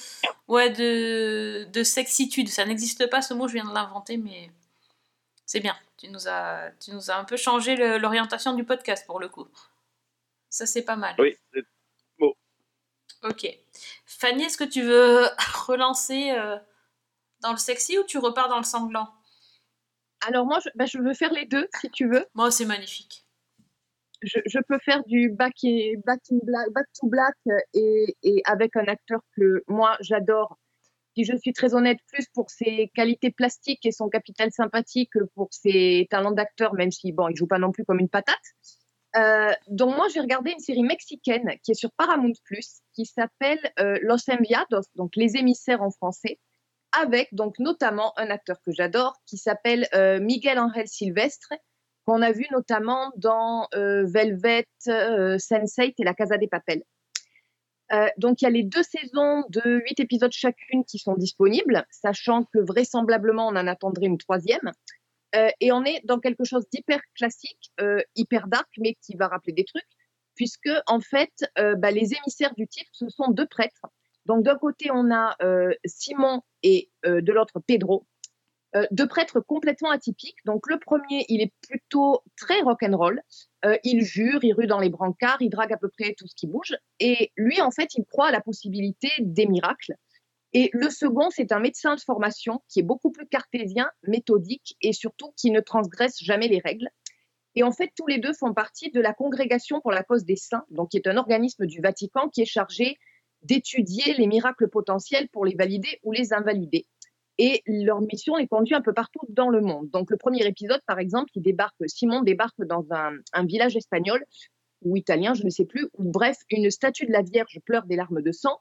de sexitude, ça n'existe pas, ce mot, je viens de l'inventer, mais c'est bien. Tu nous as un peu changé l'orientation du podcast, pour le coup. Ça, c'est pas mal. Oui, c'est beau. Ok. Fanny, est-ce que tu veux relancer dans le sexy ou tu repars dans le sanglant? Alors moi, je veux faire les deux, si tu veux. Moi, c'est magnifique. Je peux faire du back to black et avec un acteur que moi j'adore. Si je suis très honnête, plus pour ses qualités plastiques et son capital sympathie que pour ses talents d'acteur, même si bon, il joue pas non plus comme une patate. Donc moi j'ai regardé une série mexicaine qui est sur Paramount+, qui s'appelle Los Enviados, donc Les Émissaires en français, avec donc notamment un acteur que j'adore qui s'appelle Miguel Ángel Silvestre, qu'on a vu notamment dans Velvet, Sense8 et La Casa de Papel. Donc il y a les 2 saisons de 8 épisodes chacune qui sont disponibles, sachant que vraisemblablement on en attendrait une 3e. Et on est dans quelque chose d'hyper classique, hyper dark, mais qui va rappeler des trucs, puisque en fait, les émissaires du titre, ce sont 2 prêtres. Donc d'un côté, on a Simon et de l'autre Pedro, 2 prêtres complètement atypiques. Donc le premier, il est plutôt très rock'n'roll. Il jure, il rue dans les brancards, il drague à peu près tout ce qui bouge. Et lui, en fait, il croit à la possibilité des miracles. Et le second, c'est un médecin de formation qui est beaucoup plus cartésien, méthodique et surtout qui ne transgresse jamais les règles. Et en fait, tous les 2 font partie de la Congrégation pour la cause des saints, donc qui est un organisme du Vatican qui est chargé d'étudier les miracles potentiels pour les valider ou les invalider. Et leur mission les conduit un peu partout dans le monde. Donc le premier épisode, par exemple, Simon débarque dans un village espagnol ou italien, je ne sais plus, où bref, une statue de la Vierge pleure des larmes de sang.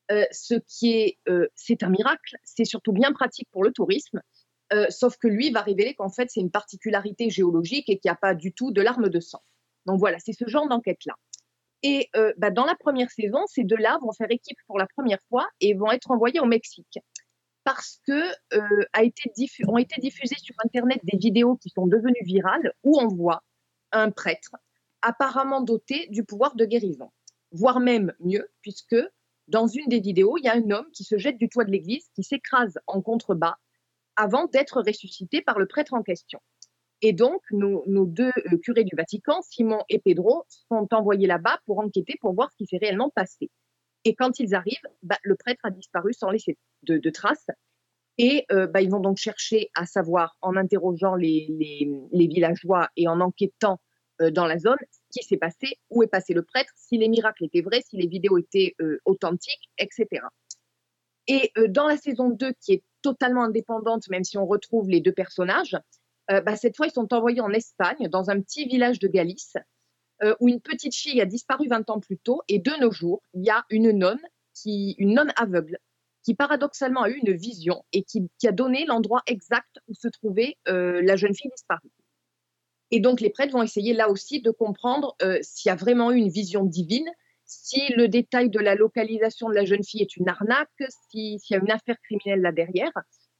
C'est un miracle, c'est surtout bien pratique pour le tourisme, sauf que lui va révéler qu'en fait c'est une particularité géologique et qu'il n'y a pas du tout de larmes de sang. Donc voilà, c'est ce genre d'enquête-là. Et dans la première saison, ces 2-là vont faire équipe pour la première fois et vont être envoyés au Mexique parce que ont été diffusées sur Internet des vidéos qui sont devenues virales où on voit un prêtre apparemment doté du pouvoir de guérison, voire même mieux, puisque dans une des vidéos, il y a un homme qui se jette du toit de l'église, qui s'écrase en contrebas avant d'être ressuscité par le prêtre en question. Et donc, nos 2 curés du Vatican, Simon et Pedro, sont envoyés là-bas pour enquêter, pour voir ce qui s'est réellement passé. Et quand ils arrivent, le prêtre a disparu sans laisser de traces. Et ils vont donc chercher à savoir, en interrogeant les villageois et en enquêtant dans la zone, ce qui s'est passé, où est passé le prêtre, si les miracles étaient vrais, si les vidéos étaient authentiques, etc. Et dans la saison 2, qui est totalement indépendante, même si on retrouve les 2 personnages, cette fois, ils sont envoyés en Espagne, dans un petit village de Galice, où une petite fille a disparu 20 ans plus tôt, et de nos jours, il y a une nonne aveugle, qui paradoxalement a eu une vision et qui a donné l'endroit exact où se trouvait la jeune fille disparue. Et donc, les prêtres vont essayer là aussi de comprendre s'il y a vraiment eu une vision divine, si le détail de la localisation de la jeune fille est une arnaque, s'il y a une affaire criminelle là derrière.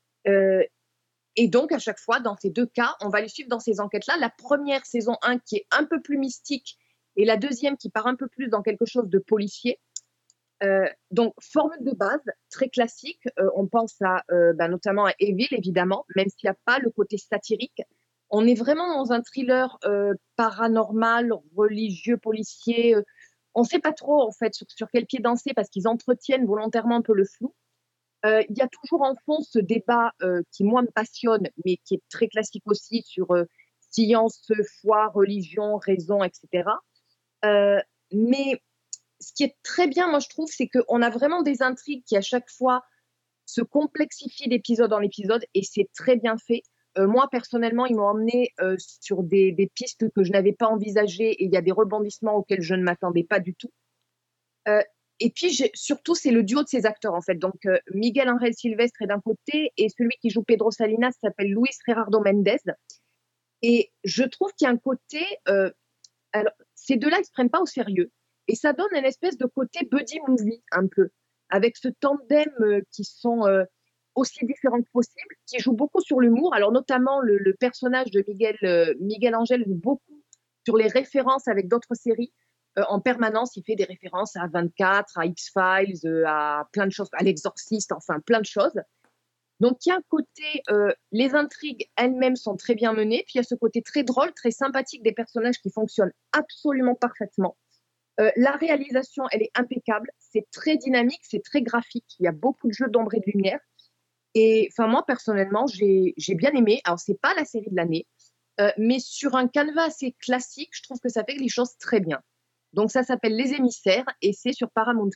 Et donc, à chaque fois, dans ces 2 cas, on va les suivre dans ces enquêtes-là. La première, saison 1, qui est un peu plus mystique, et la deuxième qui part un peu plus dans quelque chose de policier. Donc, formule de base, très classique. On pense notamment à Evil, évidemment, même s'il n'y a pas le côté satirique. On est vraiment dans un thriller paranormal, religieux, policier. On ne sait pas trop, en fait, sur quel pied danser parce qu'ils entretiennent volontairement un peu le flou. Il y a toujours en fond ce débat qui, moi, me passionne, mais qui est très classique aussi sur science, foi, religion, raison, etc. Mais ce qui est très bien, moi, je trouve, c'est qu'on a vraiment des intrigues qui, à chaque fois, se complexifient d'épisode en épisode et c'est très bien fait. Moi, personnellement, ils m'ont emmené sur des pistes que je n'avais pas envisagées et il y a des rebondissements auxquels je ne m'attendais pas du tout. Et puis, surtout, c'est le duo de ces acteurs, en fait. Donc, Miguel Ángel Silvestre est d'un côté et celui qui joue Pedro Salinas s'appelle Luis Gerardo Méndez. Et je trouve qu'il y a un côté Alors, ces deux-là, ils se prennent pas au sérieux. Et ça donne une espèce de côté buddy movie, un peu, avec ce tandem qui sont aussi différents que possible, qui jouent beaucoup sur l'humour. Alors, notamment, le personnage de Miguel Angel joue beaucoup sur les références avec d'autres séries. En permanence, il fait des références à 24, à X-Files, à plein de choses, à l'Exorciste, enfin, plein de choses. Donc, il y a un côté, les intrigues elles-mêmes sont très bien menées, puis il y a ce côté très drôle, très sympathique des personnages qui fonctionnent absolument parfaitement. La réalisation, elle est impeccable, c'est très dynamique, c'est très graphique, il y a beaucoup de jeux d'ombre et de lumière. Et enfin, moi, personnellement, j'ai bien aimé. Alors, c'est pas la série de l'année, mais sur un canevas assez classique, je trouve que ça fait les choses très bien. Donc, ça s'appelle Les Émissaires et c'est sur Paramount+.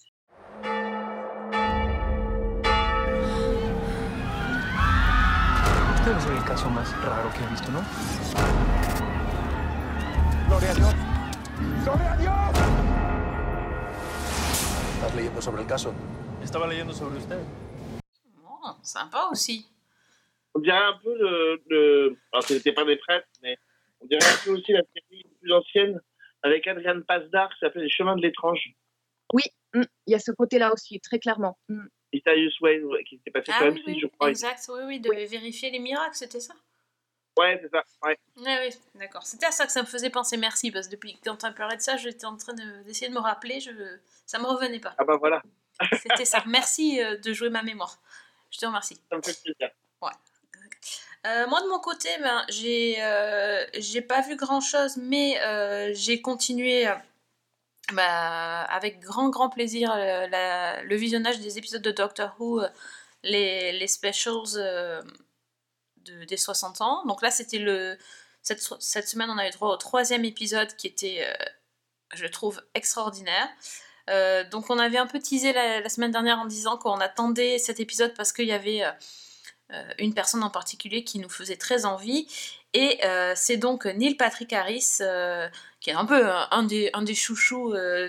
Este debe ser el caso más raro que he visto, ¿no? ¡Gloria a Dios! ¡Gloria a Dios! ¿Estás leyendo sobre el caso? Estaba leyendo sobre usted. Oh, sympa aussi. On dirait un peu alors ce n'était pas des prêtres, mais on dirait un peu aussi la série plus ancienne avec Adrian Pasdar qui s'appelle Les Chemins de l'étrange. Oui, il y a ce côté-là aussi, très clairement. Mysterious Ways, qui s'était passé sur M6, je crois. Exact, oui, de vérifier les miracles, c'était ça? Ouais, c'est ça, ouais. Oui, d'accord. C'était à ça que ça me faisait penser, merci, parce que depuis quand tu as parlé de ça, j'étais en train d'essayer de me rappeler, ça me revenait pas. Ah bah voilà. C'était ça, merci de jouer ma mémoire. Je te remercie. Ça me fait plaisir. Ouais. Moi de mon côté, j'ai pas vu grand chose, mais j'ai continué avec grand plaisir le visionnage des épisodes de Doctor Who, les specials des 60 ans. Donc là, c'était cette semaine, on avait droit au 3e épisode qui était, je trouve, extraordinaire. Donc on avait un peu teasé la semaine dernière en disant qu'on attendait cet épisode parce qu'il y avait une personne en particulier qui nous faisait très envie, et c'est donc Neil Patrick Harris, qui est un peu un des chouchous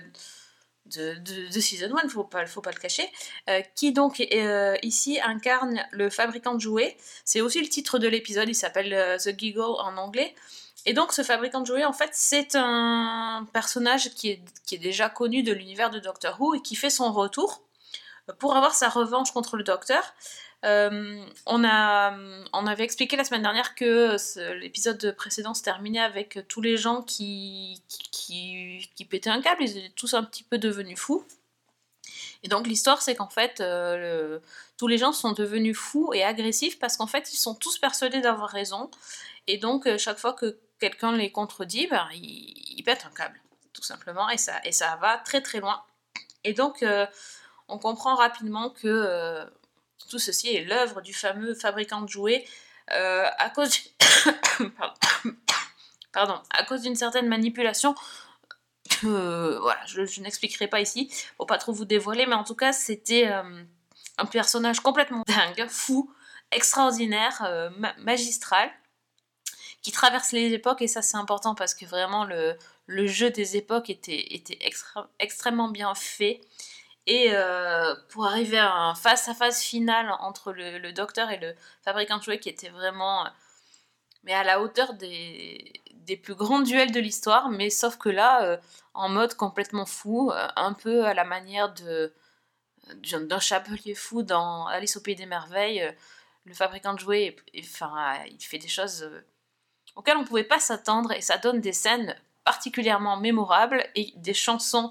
de Season 1, faut pas le cacher, qui donc ici incarne le fabricant de jouets. C'est aussi le titre de l'épisode, il s'appelle The Giggle en anglais. Et donc ce fabricant de jouets, en fait, c'est un personnage qui est déjà connu de l'univers de Doctor Who et qui fait son retour pour avoir sa revanche contre le Docteur. On avait expliqué la semaine dernière que l'épisode précédent se terminait avec tous les gens qui pétaient un câble, ils étaient tous un petit peu devenus fous. Et donc l'histoire, c'est qu'en fait, tous les gens sont devenus fous et agressifs parce qu'en fait, ils sont tous persuadés d'avoir raison. Et donc, chaque fois que quelqu'un les contredit, ils pètent un câble, tout simplement, et ça va très très loin. Et donc, on comprend rapidement que tout ceci est l'œuvre du fameux fabricant de jouets à cause à cause d'une certaine manipulation que je n'expliquerai pas ici, pour pas trop vous dévoiler, mais en tout cas, c'était un personnage complètement dingue, fou, extraordinaire, magistral, qui traverse les époques, et ça c'est important parce que vraiment le jeu des époques était extrêmement bien fait, et pour arriver à un face-à-face final entre le docteur et le fabricant de jouets qui était vraiment mais à la hauteur des plus grands duels de l'histoire, mais sauf que là, en mode complètement fou, un peu à la manière d'un chapelier fou dans Alice au Pays des Merveilles, le fabricant de jouets, il fait des choses auxquelles on ne pouvait pas s'attendre, et ça donne des scènes particulièrement mémorables et des chansons,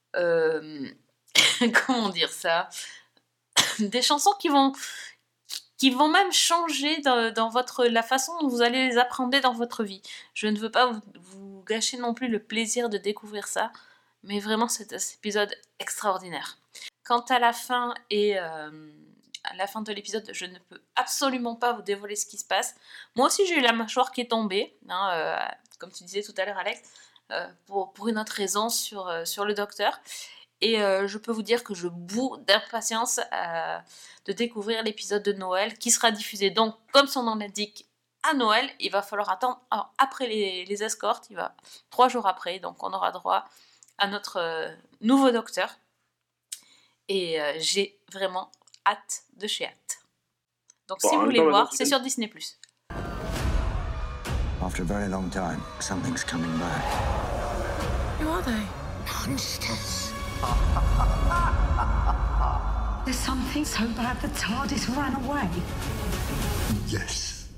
comment dire ça, des chansons qui vont même changer dans la façon dont vous allez les appréhender dans votre vie. Je ne veux pas vous gâcher non plus le plaisir de découvrir ça, mais vraiment c'est un épisode extraordinaire. Quant à la fin à la fin de l'épisode, je ne peux absolument pas vous dévoiler ce qui se passe. Moi aussi, j'ai eu la mâchoire qui est tombée, comme tu disais tout à l'heure, Alex, pour une autre raison sur le docteur. Et je peux vous dire que je boue d'impatience de découvrir l'épisode de Noël qui sera diffusé, donc, comme son nom l'indique, à Noël. Il va falloir attendre après les escortes, 3 jours après, donc on aura droit à notre nouveau docteur. Et j'ai vraiment hâte de chez hâte. Donc si vous voulez voir, c'est sur Disney+. After a very long time, something's coming back. Who are they? Monsters. There's something so bad the TARDIS ran away. Yes.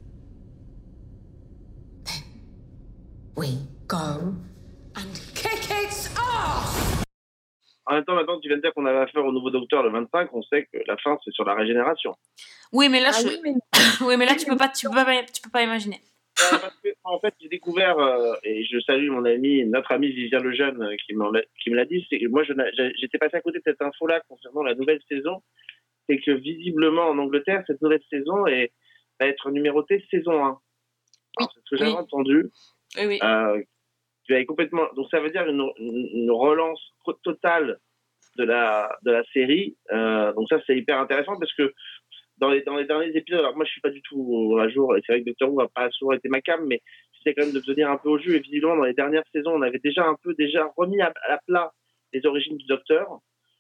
We go and kick its ass! En même temps, maintenant que tu viens de dire qu'on avait affaire au nouveau Docteur le 25, on sait que la fin, c'est sur la régénération. Oui, mais là, oui, mais... tu peux pas imaginer. Parce que, en fait, j'ai découvert, et je salue notre ami Vivien Lejeune qui me l'a dit, c'est que moi, j'étais passé à côté de cette info-là concernant la nouvelle saison, c'est que visiblement, en Angleterre, cette nouvelle saison va être numérotée saison 1. Alors, c'est ce que j'avais entendu. Oui. Tu avais complètement... Donc, ça veut dire une relance totale de la série. Donc, ça, c'est hyper intéressant parce que dans les derniers épisodes, alors moi je suis pas du tout à jour, et c'est vrai que Doctor Who n'a pas souvent été ma cam, mais j'essaie quand même de venir un peu au jeu, et visiblement dans les dernières saisons, on avait déjà remis à la les origines du Docteur,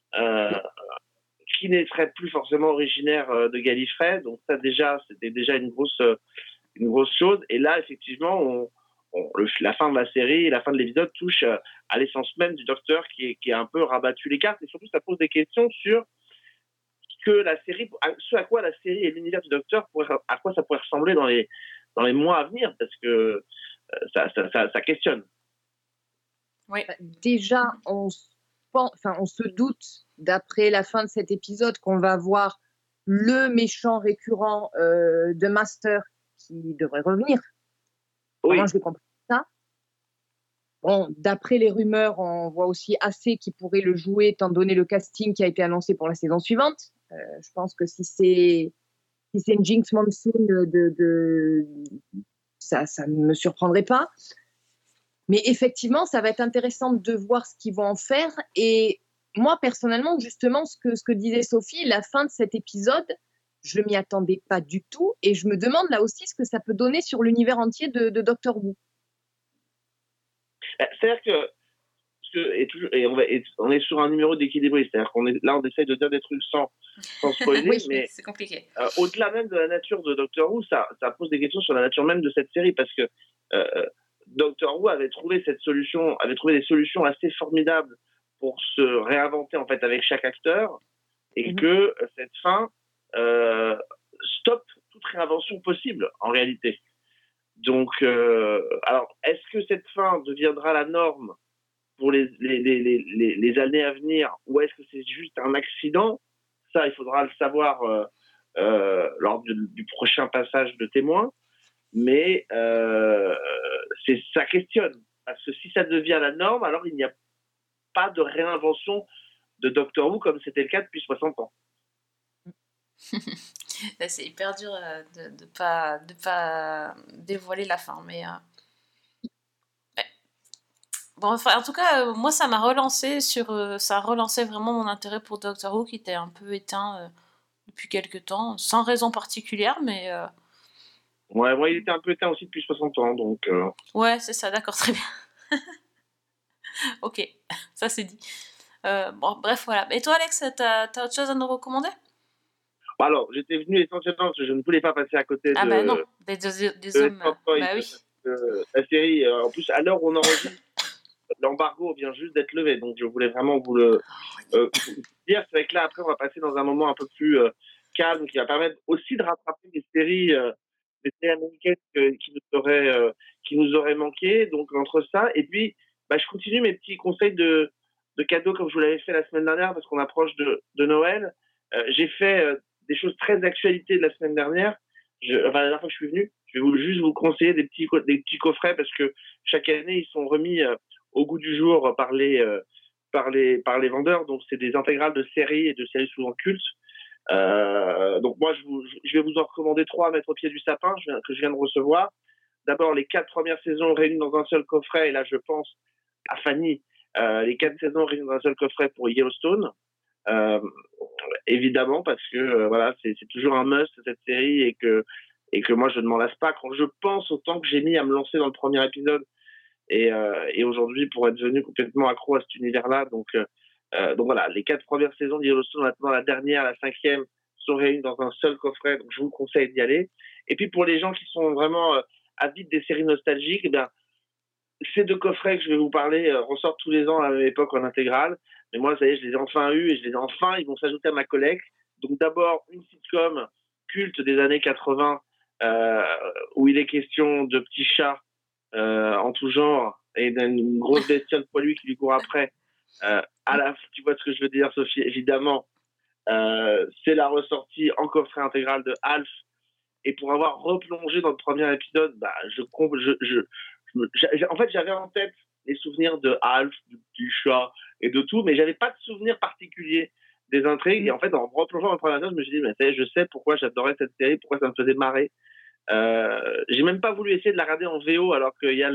qui ne serait plus forcément originaire de Gallifrey, donc ça déjà, c'était déjà une grosse chose, et là effectivement, la fin de la série, la fin de l'épisode touche à l'essence même du Docteur qui a un peu rabattu les cartes, et surtout ça pose des questions sur ce à quoi la série et l'univers du Docteur à quoi ça pourrait ressembler dans les mois à venir, parce que ça questionne. Oui. Déjà, on se doute, d'après la fin de cet épisode, qu'on va voir le méchant récurrent de Master qui devrait revenir. Oui. Moi, je l'ai compris ça. Bon, d'après les rumeurs, on voit aussi AC qui pourrait le jouer, étant donné le casting qui a été annoncé pour la saison suivante. Je pense que si c'est une Jinx Monsoon, ça ne me surprendrait pas. Mais effectivement, ça va être intéressant de voir ce qu'ils vont en faire. Et moi, personnellement, justement, ce que disait Sophie, la fin de cet épisode, je ne m'y attendais pas du tout. Et je me demande là aussi ce que ça peut donner sur l'univers entier de Doctor Who. C'est-à-dire que on est sur un numéro d'équilibriste, c'est-à-dire qu'on essaye de dire des trucs sans spoiler, oui, mais c'est compliqué. Au-delà même de la nature de Doctor Who, ça pose des questions sur la nature même de cette série, parce que Doctor Who avait trouvé des solutions assez formidables pour se réinventer en fait avec chaque acteur, et que cette fin stoppe toute réinvention possible en réalité. Donc, alors, est-ce que cette fin deviendra la norme pour les années à venir, ou est-ce que c'est juste un accident? Ça, il faudra le savoir lors du prochain passage de témoin. Mais ça questionne. Parce que si ça devient la norme, alors il n'y a pas de réinvention de Doctor Who comme c'était le cas depuis 60 ans. C'est hyper dur de pas dévoiler la fin, mais ouais. Bon, enfin, en tout cas, moi ça m'a relancé ça a relancé vraiment mon intérêt pour Doctor Who qui était un peu éteint depuis quelques temps, sans raison particulière, mais ouais, il était un peu éteint aussi depuis 60 ans, donc ouais, c'est ça, d'accord, très bien. Ok, ça c'est dit. Bon, bref, voilà. Et toi, Alex, t'as autre chose à nous recommander? Alors, j'étais venu essentiellement parce que je ne voulais pas passer à côté bah non, des hommes. Bah oui. La série, en plus, à l'heure où on enregistre, l'embargo vient juste d'être levé, donc je voulais vraiment vous le dire. C'est vrai que là, après, on va passer dans un moment un peu plus calme, qui va permettre aussi de rattraper des séries américaines qui nous auraient manqué. Donc, entre ça, et puis, je continue mes petits conseils de cadeaux comme je vous l'avais fait la semaine dernière, parce qu'on approche de Noël. J'ai fait des choses très d'actualité de la semaine dernière. La dernière fois que je suis venu, je vais juste vous conseiller des petits coffrets, parce que chaque année, ils sont remis au goût du jour par les vendeurs. Donc, c'est des intégrales de séries et de séries souvent cultes. Donc, moi, je vais vous en recommander 3 à mettre au pied du sapin que je viens de recevoir. D'abord, les 4 premières saisons réunies dans un seul coffret. Et là, je pense à Fanny. Les 4 saisons réunies dans un seul coffret pour Yellowstone. Évidemment, parce que voilà, c'est toujours un must cette série, et que moi je ne m'en lasse pas quand je pense au temps que j'ai mis à me lancer dans le premier épisode, et aujourd'hui pour être devenu complètement accro à cet univers-là. Donc voilà, les 4 premières saisons de Yellowstone, maintenant la dernière, la 5e, sont réunies dans un seul coffret, donc je vous conseille d'y aller. Et puis pour les gens qui sont vraiment avides des séries nostalgiques, Ces 2 coffrets que je vais vous parler ressortent tous les ans à la même époque en intégrale. Mais moi, ça y est, je les ai enfin eus et ils vont s'ajouter à ma collecte. Donc d'abord, une sitcom culte des années 80 où il est question de petits chats en tout genre et d'une grosse bestiole poilue qui lui court après. Tu vois ce que je veux dire, Sophie, évidemment. C'est la ressortie en coffret intégral de Alf. Et pour avoir replongé dans le premier épisode, en fait, j'avais en tête les souvenirs de Alf, du petit chat et de tout, mais j'avais pas de souvenir particulier des intrigues. Et en fait, en replongeant dans le premier épisode, je me suis dit, mais ça y est, je sais pourquoi j'adorais cette série, pourquoi ça me faisait marrer. J'ai même pas voulu essayer de la regarder en VO alors qu'il y a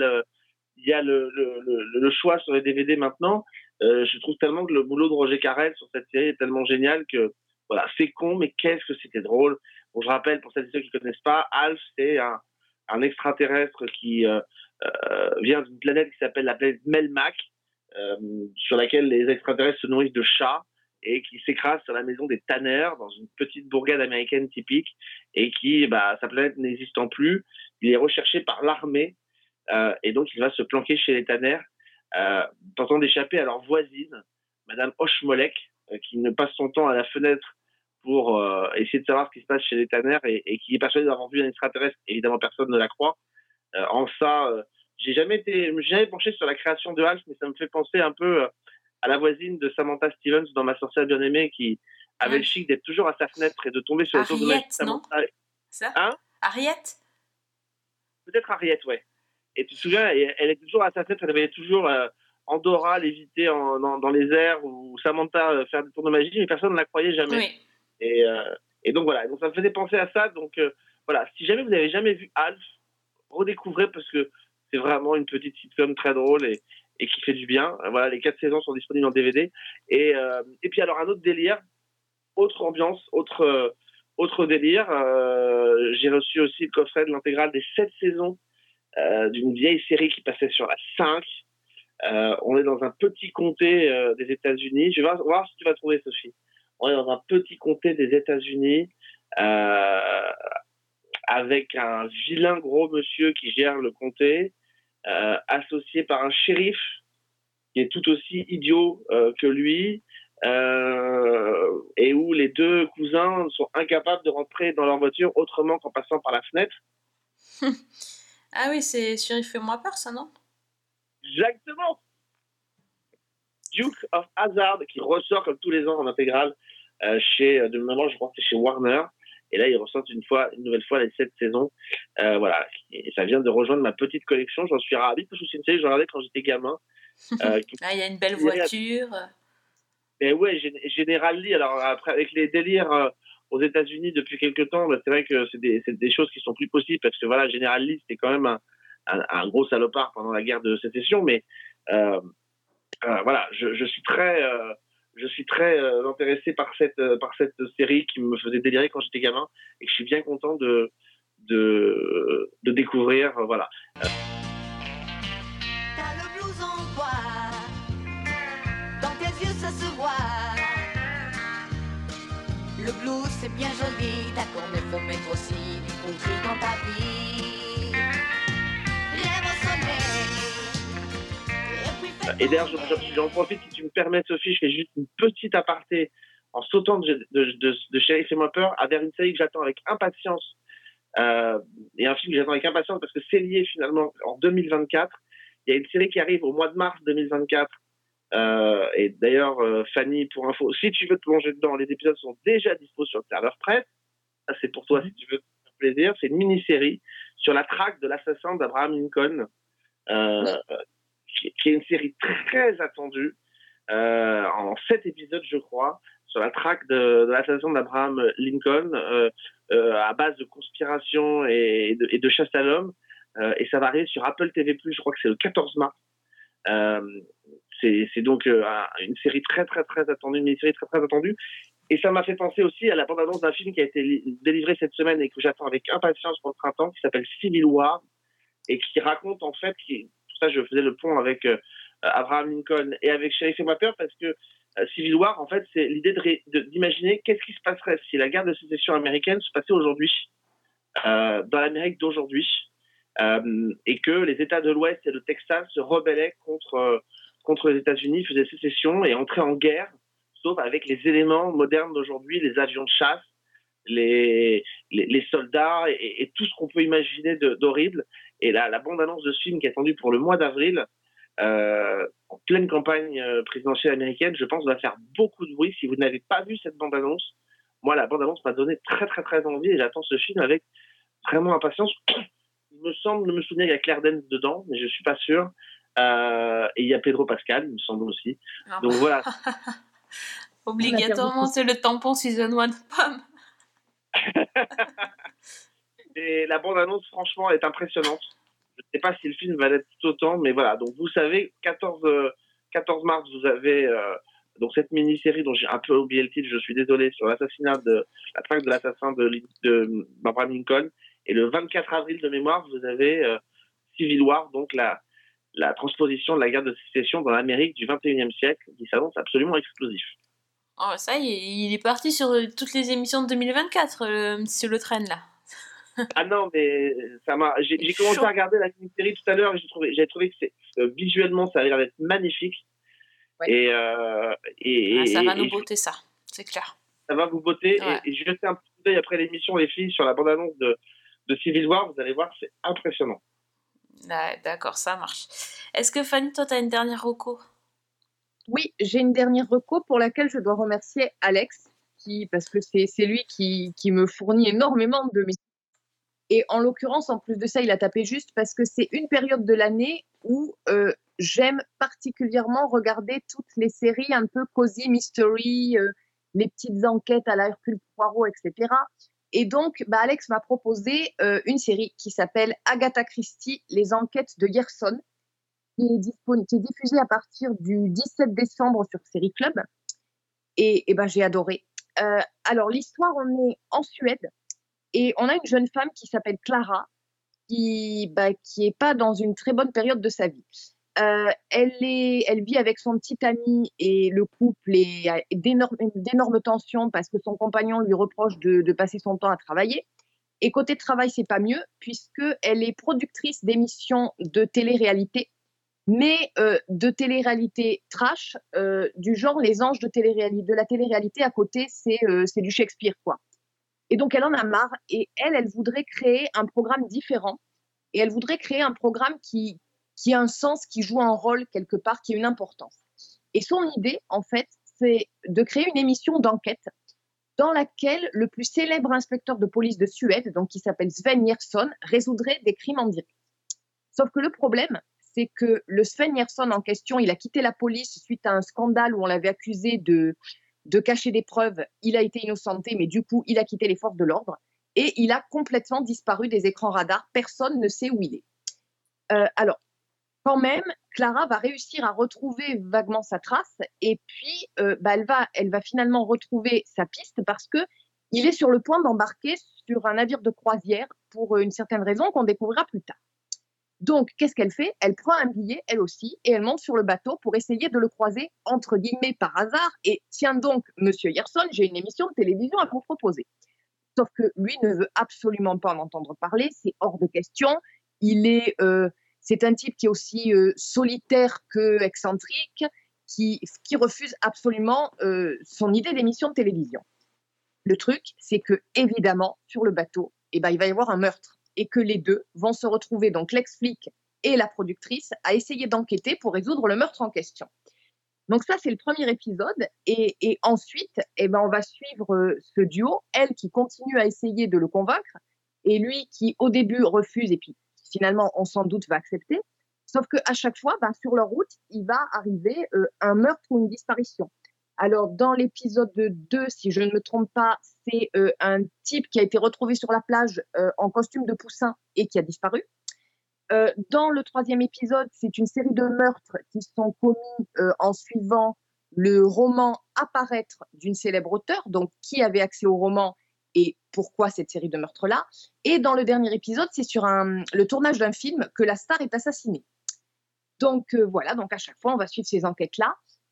le choix sur les DVD maintenant. Je trouve tellement que le boulot de Roger Carrel sur cette série est tellement génial que voilà, c'est con, mais qu'est-ce que c'était drôle. Bon, je rappelle, pour celles et ceux qui ne connaissent pas, Alf, c'est un extraterrestre qui vient d'une planète qui s'appelle la planète Melmac, sur laquelle les extraterrestres se nourrissent de chats et qui s'écrase sur la maison des Tanner dans une petite bourgade américaine typique et qui, sa planète n'existant plus, il est recherché par l'armée et donc il va se planquer chez les Tanner, tentant d'échapper à leur voisine, Madame Hochmolek, qui ne passe son temps à la fenêtre pour essayer de savoir ce qui se passe chez les Tanner et qui est persuadé d'avoir vu un extraterrestre. Évidemment, personne ne la croit. En ça, je me suis jamais penché sur la création de Alf, mais ça me fait penser un peu à la voisine de Samantha Stevens dans Ma sorcière bien-aimée, qui avait le chic d'être toujours à sa fenêtre et de tomber sur le tour de magie de Samantha. Ça Hein? Harriet? Peut-être Harriet, ouais. Et tu te souviens, elle était toujours à sa fenêtre, elle avait toujours Andorra léviter dans les airs ou Samantha faire des tours de magie, mais personne ne la croyait jamais. Oui. Et donc voilà, donc ça me faisait penser à ça. Donc voilà, si jamais vous n'avez jamais vu Alf, redécouvrez parce que c'est vraiment une petite sitcom très drôle et qui fait du bien. Voilà, les 4 saisons sont disponibles en DVD. Et puis alors un autre délire, autre ambiance, autre délire. J'ai reçu aussi le coffret de l'intégrale des 7 saisons d'une vieille série qui passait sur la 5. On est dans un petit comté des États-Unis. Je vais voir si tu vas trouver, Sophie. On est dans un petit comté des États-Unis avec un vilain gros monsieur qui gère le comté, associé par un shérif qui est tout aussi idiot que lui, et où les 2 cousins sont incapables de rentrer dans leur voiture autrement qu'en passant par la fenêtre. Ah oui, c'est Shérif Fais-moi peur, ça, non? Exactement. Duke of Hazzard, qui ressort comme tous les ans en intégrale de mémoire, je crois que c'est chez Warner. Et là, ils ressortent une nouvelle fois les 7 saisons. Voilà. Et ça vient de rejoindre ma petite collection. J'en suis ravi parce que c'est une série que je regardais quand j'étais gamin. Il y a une belle voiture. Et ouais, General Lee. Alors après, avec les délires aux États-Unis depuis quelques temps, c'est vrai que c'est des choses qui sont plus possibles parce que voilà, General Lee, c'était quand même un gros salopard pendant la guerre de sécession. Mais voilà, je suis très intéressé par cette série qui me faisait délirer quand j'étais gamin et que je suis bien content de découvrir. Voilà. T'as le blues en toi, dans tes yeux ça se voit. Le blues c'est bien joli, d'accord, mais faut mettre aussi du country dans ta vie. Lève au soleil. Et d'ailleurs, j'en profite, si tu me permets, Sophie, je fais juste une petite aparté en sautant de Shérif Fais-moi peur vers une série que j'attends avec impatience et un film que j'attends avec impatience parce que c'est lié finalement en 2024. Il y a une série qui arrive au mois de mars 2024 et d'ailleurs, Fanny, pour info, si tu veux te plonger dedans, les épisodes sont déjà dispo sur le serveur presse. Ça, c'est pour toi si tu veux te faire plaisir. C'est une mini-série sur la traque de l'assassin d'Abraham Lincoln. Qui est une série très attendue, en 7 épisodes, je crois, sur la traque de l'assassin d'Abraham Lincoln, à base de conspiration et de chasse à l'homme. Et ça va arriver sur Apple TV+, je crois que c'est le 14 mars. C'est donc une série très attendue, une mini-série très attendue. Et ça m'a fait penser aussi à la bande-annonce d'un film qui a été délivré cette semaine et que j'attends avec impatience pour le printemps, qui s'appelle Civil War, et qui raconte en fait... Ça, je faisais le pont avec Abraham Lincoln et avec Shérif Fais-moi peur parce que Civil War, en fait, c'est l'idée d'imaginer qu'est-ce qui se passerait si la guerre de sécession américaine se passait aujourd'hui, dans l'Amérique d'aujourd'hui. et que les États de l'Ouest et le Texas se rebellaient contre les États-Unis, faisaient sécession et entraient en guerre, sauf avec les éléments modernes d'aujourd'hui, les avions de chasse, les soldats et tout ce qu'on peut imaginer d'horrible. Et la bande-annonce de ce film qui est attendue pour le mois d'avril, en pleine campagne présidentielle américaine, je pense va faire beaucoup de bruit. Si vous n'avez pas vu cette bande-annonce, moi la bande-annonce m'a donné très très très envie et j'attends ce film avec vraiment impatience. Il me semble me souvenir qu'il y a Claire Danes dedans, mais je suis pas sûr. Et il y a Pedro Pascal, il me semble aussi. Donc voilà. Obligatoirement, c'est le tampon season 1 Pam. Et la bande-annonce, franchement, est impressionnante. Je ne sais pas si le film va l'être tout autant, mais voilà. Donc vous savez, 14 mars, vous avez donc cette mini-série dont j'ai un peu oublié le titre, je suis désolé, sur la traque de l'assassin d'Abraham Lincoln. Et le 24 avril de mémoire, vous avez Civil War, donc la transposition de la guerre de sécession dans l'Amérique du 21e siècle, qui s'annonce absolument explosif. Oh, ça y est, il est parti sur toutes les émissions de 2024, Monsieur Le Train, là. Ah non, mais j'ai commencé à regarder la mini-série tout à l'heure et j'ai trouvé que visuellement, ça a l'air d'être magnifique. Ouais. Ça va nous botter, ça, c'est clair. Ça va vous botter. Ouais. Et jetez un petit coup d'œil après l'émission, les filles, sur la bande-annonce de Civil War, vous allez voir, c'est impressionnant. Ah, d'accord, ça marche. Est-ce que Fanny, toi, tu as une dernière reco ? Oui, j'ai une dernière reco pour laquelle je dois remercier Alex, parce que c'est lui qui me fournit énormément de mes... Et en l'occurrence, en plus de ça, il a tapé juste parce que c'est une période de l'année où j'aime particulièrement regarder toutes les séries un peu cozy mystery, les petites enquêtes à la Hercule Poirot, etc. Et donc, Alex m'a proposé une série qui s'appelle Agatha Christie, les enquêtes de Yerson, qui est diffusée à partir du 17 décembre sur Série Club. Et j'ai adoré. Alors, l'histoire, on est en Suède et on a une jeune femme qui s'appelle Clara, qui est pas dans une très bonne période de sa vie. Elle vit avec son petit ami et le couple est d'énormes tensions parce que son compagnon lui reproche de passer son temps à travailler. Et côté travail, c'est pas mieux puisqu'elle est productrice d'émissions de télé-réalité, mais de télé-réalité trash, du genre les anges de la télé-réalité à côté, c'est du Shakespeare, quoi. Et donc, elle en a marre et elle voudrait créer un programme différent et elle voudrait créer un programme qui a un sens, qui joue un rôle quelque part, qui a une importance. Et son idée, en fait, c'est de créer une émission d'enquête dans laquelle le plus célèbre inspecteur de police de Suède, donc qui s'appelle Sven Yersson, résoudrait des crimes en direct. Sauf que le problème, c'est que le Sven Yersson en question, il a quitté la police suite à un scandale où on l'avait accusé de cacher des preuves. Il a été innocenté, mais du coup, il a quitté les forces de l'ordre et il a complètement disparu des écrans radars. Personne ne sait où il est. Alors, quand même, Clara va réussir à retrouver vaguement sa trace et puis elle va finalement retrouver sa piste parce qu'il est sur le point d'embarquer sur un navire de croisière pour une certaine raison qu'on découvrira plus tard. Donc, qu'est-ce qu'elle fait ? Elle prend un billet, elle aussi, et elle monte sur le bateau pour essayer de le croiser, entre guillemets, par hasard. Et tiens donc, monsieur Yersson, j'ai une émission de télévision à vous proposer. Sauf que lui ne veut absolument pas en entendre parler, c'est hors de question. C'est un type qui est aussi solitaire que excentrique, qui refuse absolument son idée d'émission de télévision. Le truc, c'est que évidemment, sur le bateau, il va y avoir un meurtre. Et que les deux vont se retrouver, donc l'ex-flic et la productrice, à essayer d'enquêter pour résoudre le meurtre en question. Donc ça, c'est le premier épisode. Et ensuite, on va suivre ce duo, elle qui continue à essayer de le convaincre, et lui qui, au début, refuse, et puis finalement, on s'en doute, va accepter. Sauf qu'à chaque fois, sur leur route, il va arriver un meurtre ou une disparition. Alors, dans l'épisode 2, si je ne me trompe pas, c'est un type qui a été retrouvé sur la plage en costume de poussin et qui a disparu. Dans le 3e épisode, c'est une série de meurtres qui sont commis en suivant le roman Apparaître d'une célèbre auteure, donc qui avait accès au roman et pourquoi cette série de meurtres-là. Et dans le dernier épisode, c'est sur le tournage d'un film que la star est assassinée. Donc voilà, donc à chaque fois, on va suivre ces enquêtes-là.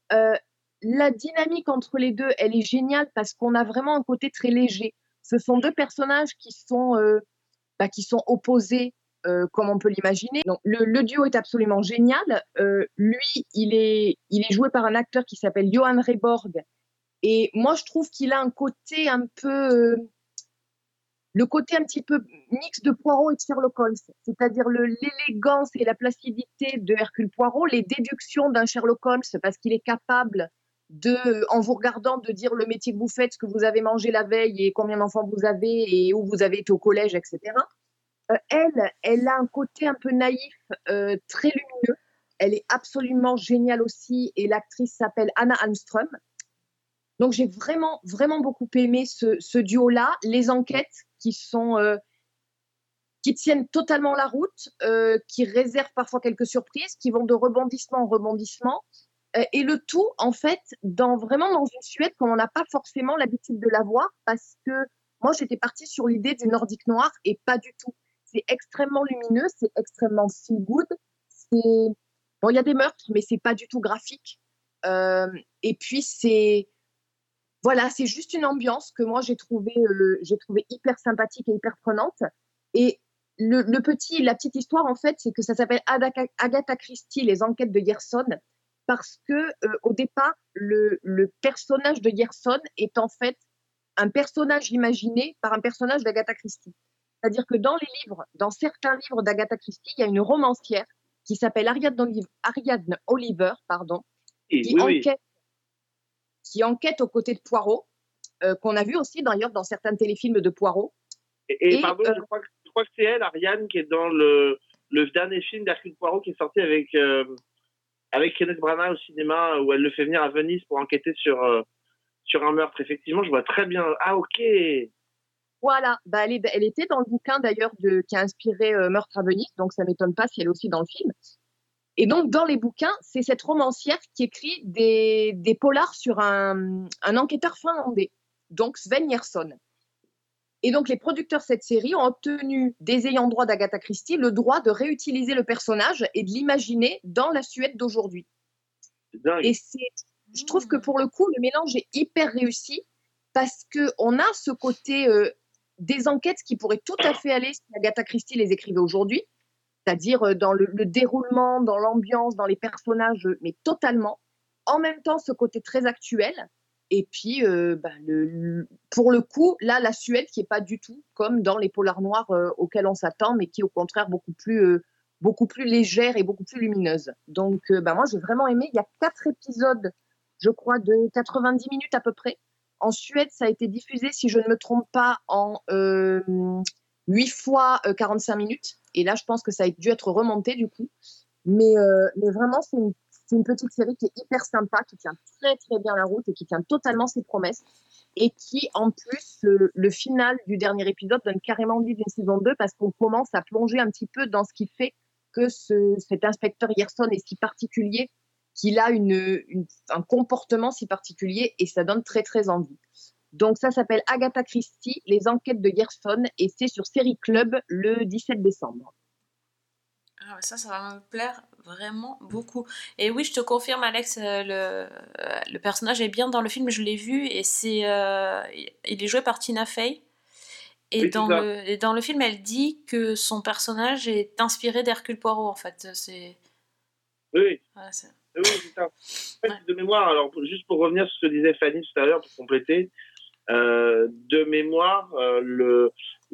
La dynamique entre les deux, elle est géniale parce qu'on a vraiment un côté très léger. Ce sont deux personnages qui sont opposés comme on peut l'imaginer. Donc, le duo est absolument génial. Lui, il est joué par un acteur qui s'appelle Johan Rheborg. Et moi, je trouve qu'il a un côté un peu... le côté un petit peu mix de Poirot et de Sherlock Holmes. C'est-à-dire l'élégance et la placidité de Hercule Poirot, les déductions d'un Sherlock Holmes, parce qu'il est capable en vous regardant, de dire le métier que vous faites, ce que vous avez mangé la veille et combien d'enfants vous avez et où vous avez été au collège, etc. Elle a un côté un peu naïf, très lumineux. Elle est absolument géniale aussi et l'actrice s'appelle Anna Almström. Donc j'ai vraiment, vraiment beaucoup aimé ce duo-là. Les enquêtes qui tiennent totalement la route, qui réservent parfois quelques surprises, qui vont de rebondissement en rebondissement. Et le tout, en fait, vraiment dans une Suède comme on n'a pas forcément l'habitude de la voir, parce que moi, j'étais partie sur l'idée du Nordique noir et pas du tout. C'est extrêmement lumineux, c'est extrêmement feel good. Bon, il y a des meurtres, mais c'est pas du tout graphique. Et puis, voilà, c'est juste une ambiance que moi, j'ai trouvé hyper sympathique et hyper prenante. Et la petite histoire, en fait, c'est que ça s'appelle Agatha Christie, les enquêtes de Yerson, parce que au départ, le personnage de Yerson est en fait un personnage imaginé par un personnage d'Agatha Christie. C'est-à-dire que dans certains livres d'Agatha Christie, il y a une romancière qui s'appelle Ariadne Oliver, qui enquête aux côtés de Poirot, qu'on a vu aussi d'ailleurs dans certains téléfilms de Poirot. Pardon, je crois que c'est elle, Ariane, qui est dans le dernier film d'Hercule Poirot qui est sorti avec Kenneth Branagh au cinéma, où elle le fait venir à Venise pour enquêter sur un meurtre. Effectivement, je vois très bien. Ah, ok. Voilà, elle était dans le bouquin d'ailleurs qui a inspiré Meurtre à Venise, donc ça ne m'étonne pas si elle est aussi dans le film. Et donc, dans les bouquins, c'est cette romancière qui écrit des polars sur un enquêteur finlandais, donc Sven Yerson. Et donc, les producteurs de cette série ont obtenu des ayants droit d'Agatha Christie le droit de réutiliser le personnage et de l'imaginer dans la Suède d'aujourd'hui. Et je trouve que pour le coup, le mélange est hyper réussi parce qu'on a ce côté des enquêtes qui pourraient tout à fait aller si Agatha Christie les écrivait aujourd'hui, c'est-à-dire dans le déroulement, dans l'ambiance, dans les personnages, mais totalement. En même temps, ce côté très actuel. Et puis, pour le coup, là, la Suède qui n'est pas du tout comme dans les polars noirs auxquels on s'attend, mais qui est au contraire beaucoup plus légère et beaucoup plus lumineuse. Donc, moi, j'ai vraiment aimé. Il y a 4 épisodes, je crois, de 90 minutes à peu près. En Suède, ça a été diffusé, si je ne me trompe pas, en 8 fois 45 minutes. Et là, je pense que ça a dû être remonté du coup. Mais vraiment, c'est une petite série qui est hyper sympa, qui tient très très bien la route et qui tient totalement ses promesses. Et qui, en plus, le final du dernier épisode donne carrément envie d'une saison 2 parce qu'on commence à plonger un petit peu dans ce qui fait que cet inspecteur Yerson est si particulier, qu'il a un comportement si particulier et ça donne très très envie. Donc ça s'appelle Agatha Christie, les enquêtes de Yerson et c'est sur Série Club le 17 décembre. Ah, ça va me plaire vraiment beaucoup. Et oui, je te confirme, Alex, le personnage est bien dans le film, je l'ai vu, et il est joué par Tina Fey. Et, oui, dans le film, elle dit que son personnage est inspiré d'Hercule Poirot, en fait. Oui. Ouais, oui, c'est ça. En fait, de mémoire, alors juste pour revenir sur ce que disait Fanny tout à l'heure, pour compléter, de mémoire, le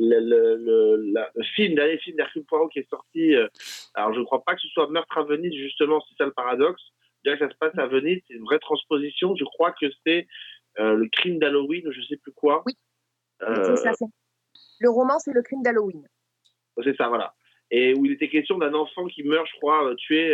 dernier film d'Hercule Poirot qui est sorti, alors je ne crois pas que ce soit Meurtre à Venise, justement, c'est ça le paradoxe. Déjà que ça se passe à Venise, c'est une vraie transposition. Je crois que c'est le crime d'Halloween, ou je ne sais plus quoi. Oui, c'est ça. Le roman, c'est le crime d'Halloween. C'est ça, voilà. Et où il était question d'un enfant qui meurt, je crois, tué.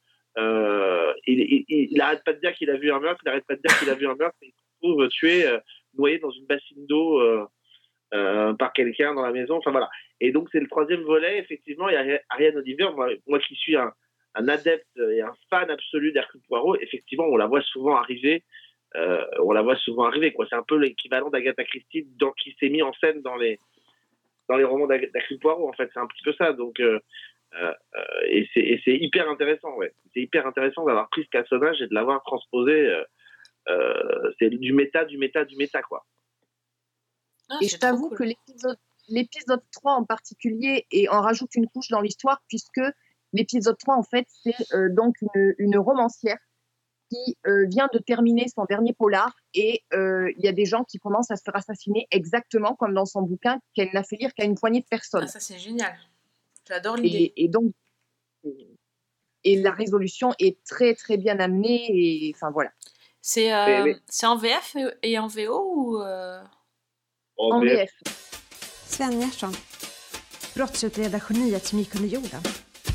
Il n'arrête pas de dire qu'il a vu un meurtre, et il se trouve tué, noyé dans une bassine d'eau par quelqu'un dans la maison. Enfin voilà. Et donc c'est le 3e volet. Effectivement, il y a Ariane Oliver. Moi qui suis un adepte et un fan absolu d'Hercule Poirot, effectivement, on la voit souvent arriver. Quoi. C'est un peu l'équivalent d'Agatha Christie qui s'est mis en scène dans les romans d'Hercule Poirot. En fait, c'est un petit peu ça. Donc et c'est hyper intéressant, ouais. C'est hyper intéressant d'avoir pris ce personnage et de l'avoir transposé. C'est du méta, quoi. Et je t'avoue que l'épisode 3 en particulier, et on rajoute une couche dans l'histoire, puisque l'épisode 3, en fait, c'est donc une romancière qui vient de terminer son dernier polar, et il y a des gens qui commencent à se faire assassiner exactement comme dans son bouquin qu'elle n'a fait lire qu'à une poignée de personnes. Ah, ça c'est génial. J'adore l'idée. Et donc, et la résolution est très très bien amenée, et enfin voilà. C'est en VF et en VO ou En VF. Sven Gerson, brottsutredargeniet som gick under jorden.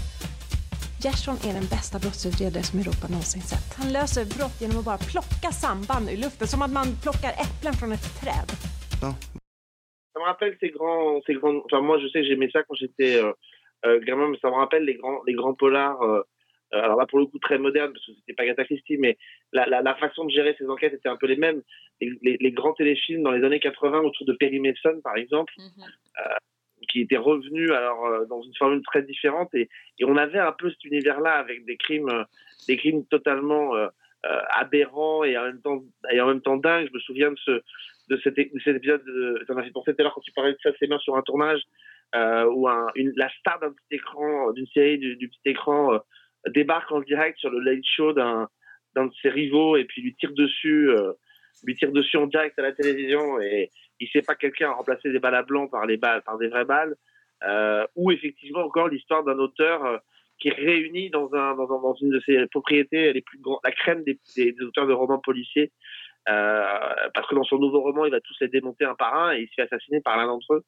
Gerson är den bästa brottsutredare som Europa någonsin sett. Han löser brott genom att bara plocka samband i luften, som att man plockar äpplen från ett träd. Non. Ça me rappelle ces grands. Enfin, moi, je sais que j'aimais ça quand j'étais gamin, mais ça me rappelle les grands polars. Alors là, pour le coup, très modernes, parce que c'était pas Agatha Christie, mais la façon de gérer ces enquêtes était un peu les mêmes. Les grands téléfilms dans les années 80 autour de Perry Mason, par exemple, qui étaient revenus dans une formule très différente, et on avait un peu cet univers-là avec des crimes totalement aberrants et en même temps dingues. Je me souviens de cet épisode, t'en as fait penser tout à l'heure quand tu parlais de ça, ses mains sur un tournage, où la star d'un petit écran, d'une série du petit écran, débarque en direct sur le late show d'un de ses rivaux, et puis lui tire dessus en direct à la télévision, et il sait pas quelqu'un a remplacé des balles à blanc par des vraies balles, ou effectivement encore l'histoire d'un auteur qui réunit dans une de ses propriétés les plus grands, la crème des auteurs de romans policiers, parce que dans son nouveau roman il va tous les démonter un par un, et il se fait assassiner par l'un d'entre eux.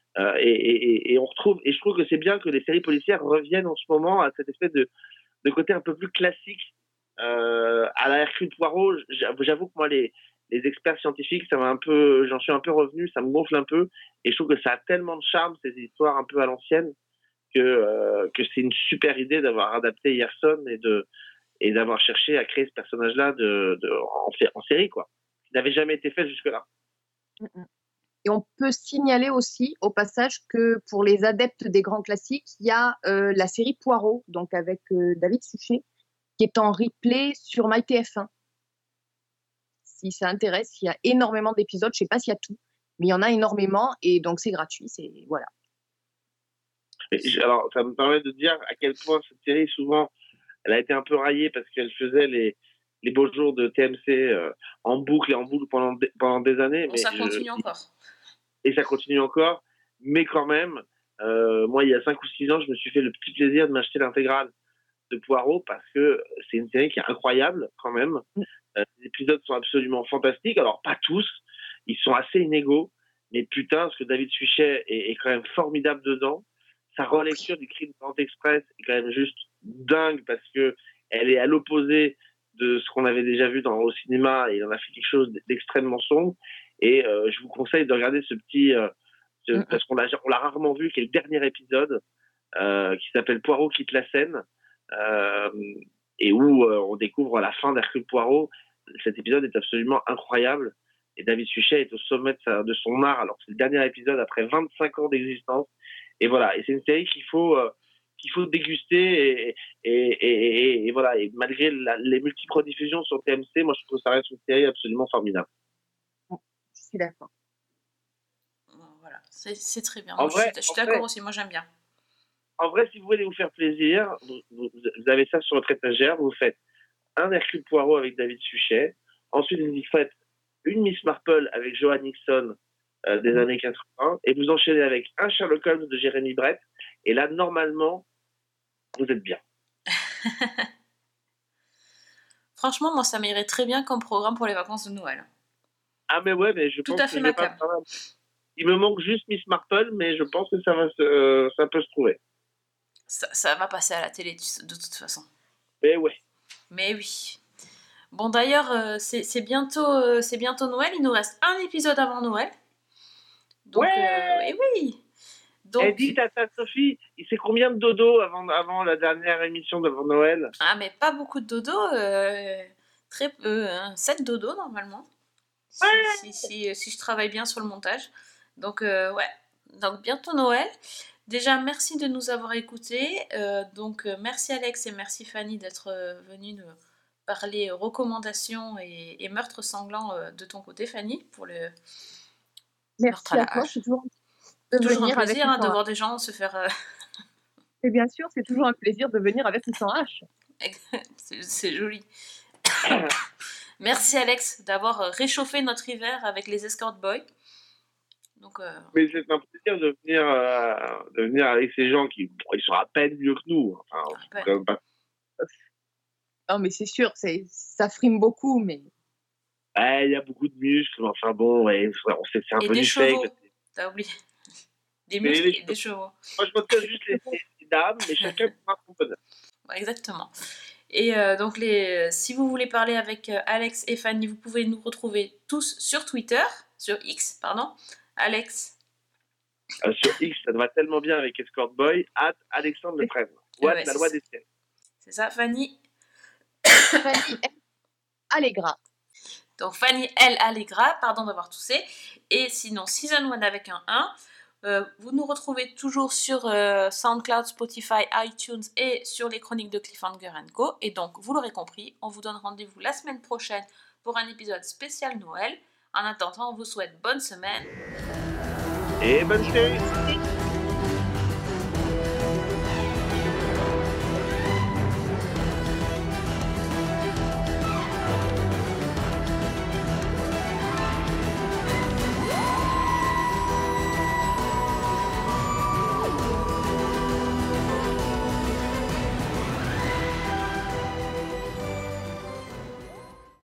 Et on retrouve, et je trouve que c'est bien que les séries policières reviennent en ce moment à cette espèce de côté un peu plus classique, à la Hercule Poirot. J'avoue que moi les experts scientifiques, j'en suis un peu revenu, ça me gonfle un peu, et je trouve que ça a tellement de charme, ces histoires un peu à l'ancienne, que c'est une super idée d'avoir adapté Yerson et d'avoir cherché à créer ce personnage-là en série, quoi. Il n'avait jamais été fait jusque-là. Et on peut signaler aussi, au passage, que pour les adeptes des grands classiques, il y a la série Poirot, donc avec David Suchet, qui est en replay sur MyTF1. Si ça intéresse, il y a énormément d'épisodes, je ne sais pas s'il y a tout, mais il y en a énormément, et donc c'est gratuit, voilà. Alors, ça me permet de dire à quel point cette série, souvent, elle a été un peu raillée parce qu'elle faisait les beaux jours de TMC en boucle pendant des années. Bon, ça continue encore. Et ça continue encore, mais quand même, moi, il y a 5 ou 6 ans, je me suis fait le petit plaisir de m'acheter l'intégrale de Poirot, parce que c'est une série qui est incroyable, quand même. Les épisodes sont absolument fantastiques. Alors, pas tous, ils sont assez inégaux, mais putain, ce que David Suchet est quand même formidable dedans. Sa relecture du Crime d'Orient Express est quand même juste dingue, parce que elle est à l'opposé de ce qu'on avait déjà vu au cinéma, et il en a fait quelque chose d'extrêmement sombre. Et je vous conseille de regarder ce petit, parce qu'on l'a rarement vu, qui est le dernier épisode, qui s'appelle Poirot quitte la scène, et où on découvre la fin d'Hercule Poirot. Cet épisode est absolument incroyable, et David Suchet est au sommet de son art, alors que c'est le dernier épisode après 25 ans d'existence. Et voilà, et c'est une série qu'il faut déguster, et voilà, et malgré les multiples rediffusions sur TMC, moi je trouve que ça reste une série absolument formidable. Je suis d'accord. Voilà, c'est très bien. Je suis d'accord aussi, moi j'aime bien. En vrai, si vous voulez vous faire plaisir, vous avez ça sur votre étagère, vous faites un Hercule Poirot avec David Suchet, ensuite vous faites une Miss Marple avec Joan Nixon des années 80, et vous enchaînez avec un Sherlock Holmes de Jérémy Brett, et là, normalement, vous êtes bien. Franchement, moi, ça m'irait très bien comme programme pour les vacances de Noël. Ah, mais ouais, mais je Tout pense à fait que ma cam. il me manque juste Miss Marple, mais je pense que ça peut se trouver. Ça va passer à la télé de toute façon. Mais ouais. Mais oui. Bon, d'ailleurs, c'est bientôt Noël. Il nous reste un épisode avant Noël. Donc, ouais. Et oui. Donc... Elle dit, tata Sophie, il sait combien de dodo avant la dernière émission d'avant Noël? Ah, mais pas beaucoup de dodo. Très peu. 7 dodo, normalement. Si je travaille bien sur le montage. Donc, ouais. Donc, bientôt Noël. Déjà, merci de nous avoir écoutés. Donc, merci Alex et merci Fanny d'être venus nous parler recommandations et meurtres sanglants de ton côté, Fanny, pour le meurtre à la hache. de Toujours un venir avec plaisir ou hein, de sans voir H. des gens se faire... Et bien sûr, c'est toujours un plaisir de venir avec ou sans H. c'est joli. Merci Alex d'avoir réchauffé notre hiver avec les escort boys. Donc, Mais c'est un plaisir de venir avec ces gens qui ils sont à peine mieux que nous. Enfin, faut quand même pas... Non, mais c'est sûr, ça frime beaucoup, mais... Il y a beaucoup de muscles, mais enfin bon, ouais, c'est un et peu des du fake. chevaux, t'as oublié. Des muscles et des chevaux. Moi, je montre juste les dames, mais chacun prend son bonheur. Ouais, exactement. Et donc, si vous voulez parler avec Alex et Fanny, vous pouvez nous retrouver tous sur Twitter, sur X, pardon. Alex. Sur X, ça va tellement bien avec Escort Boy, Alexandre Lefebvre. Ouais, la loi des séries. C'est ça, Fanny. Fanny Allegra. Donc Fanny L. Allegra, pardon d'avoir toussé. Et sinon, Season 1 avec un 1. Vous nous retrouvez toujours sur SoundCloud, Spotify, iTunes et sur les chroniques de Cliffhanger & Co. Et donc, vous l'aurez compris, on vous donne rendez-vous la semaine prochaine pour un épisode spécial Noël. En attendant, on vous souhaite bonne semaine. Et bonne série.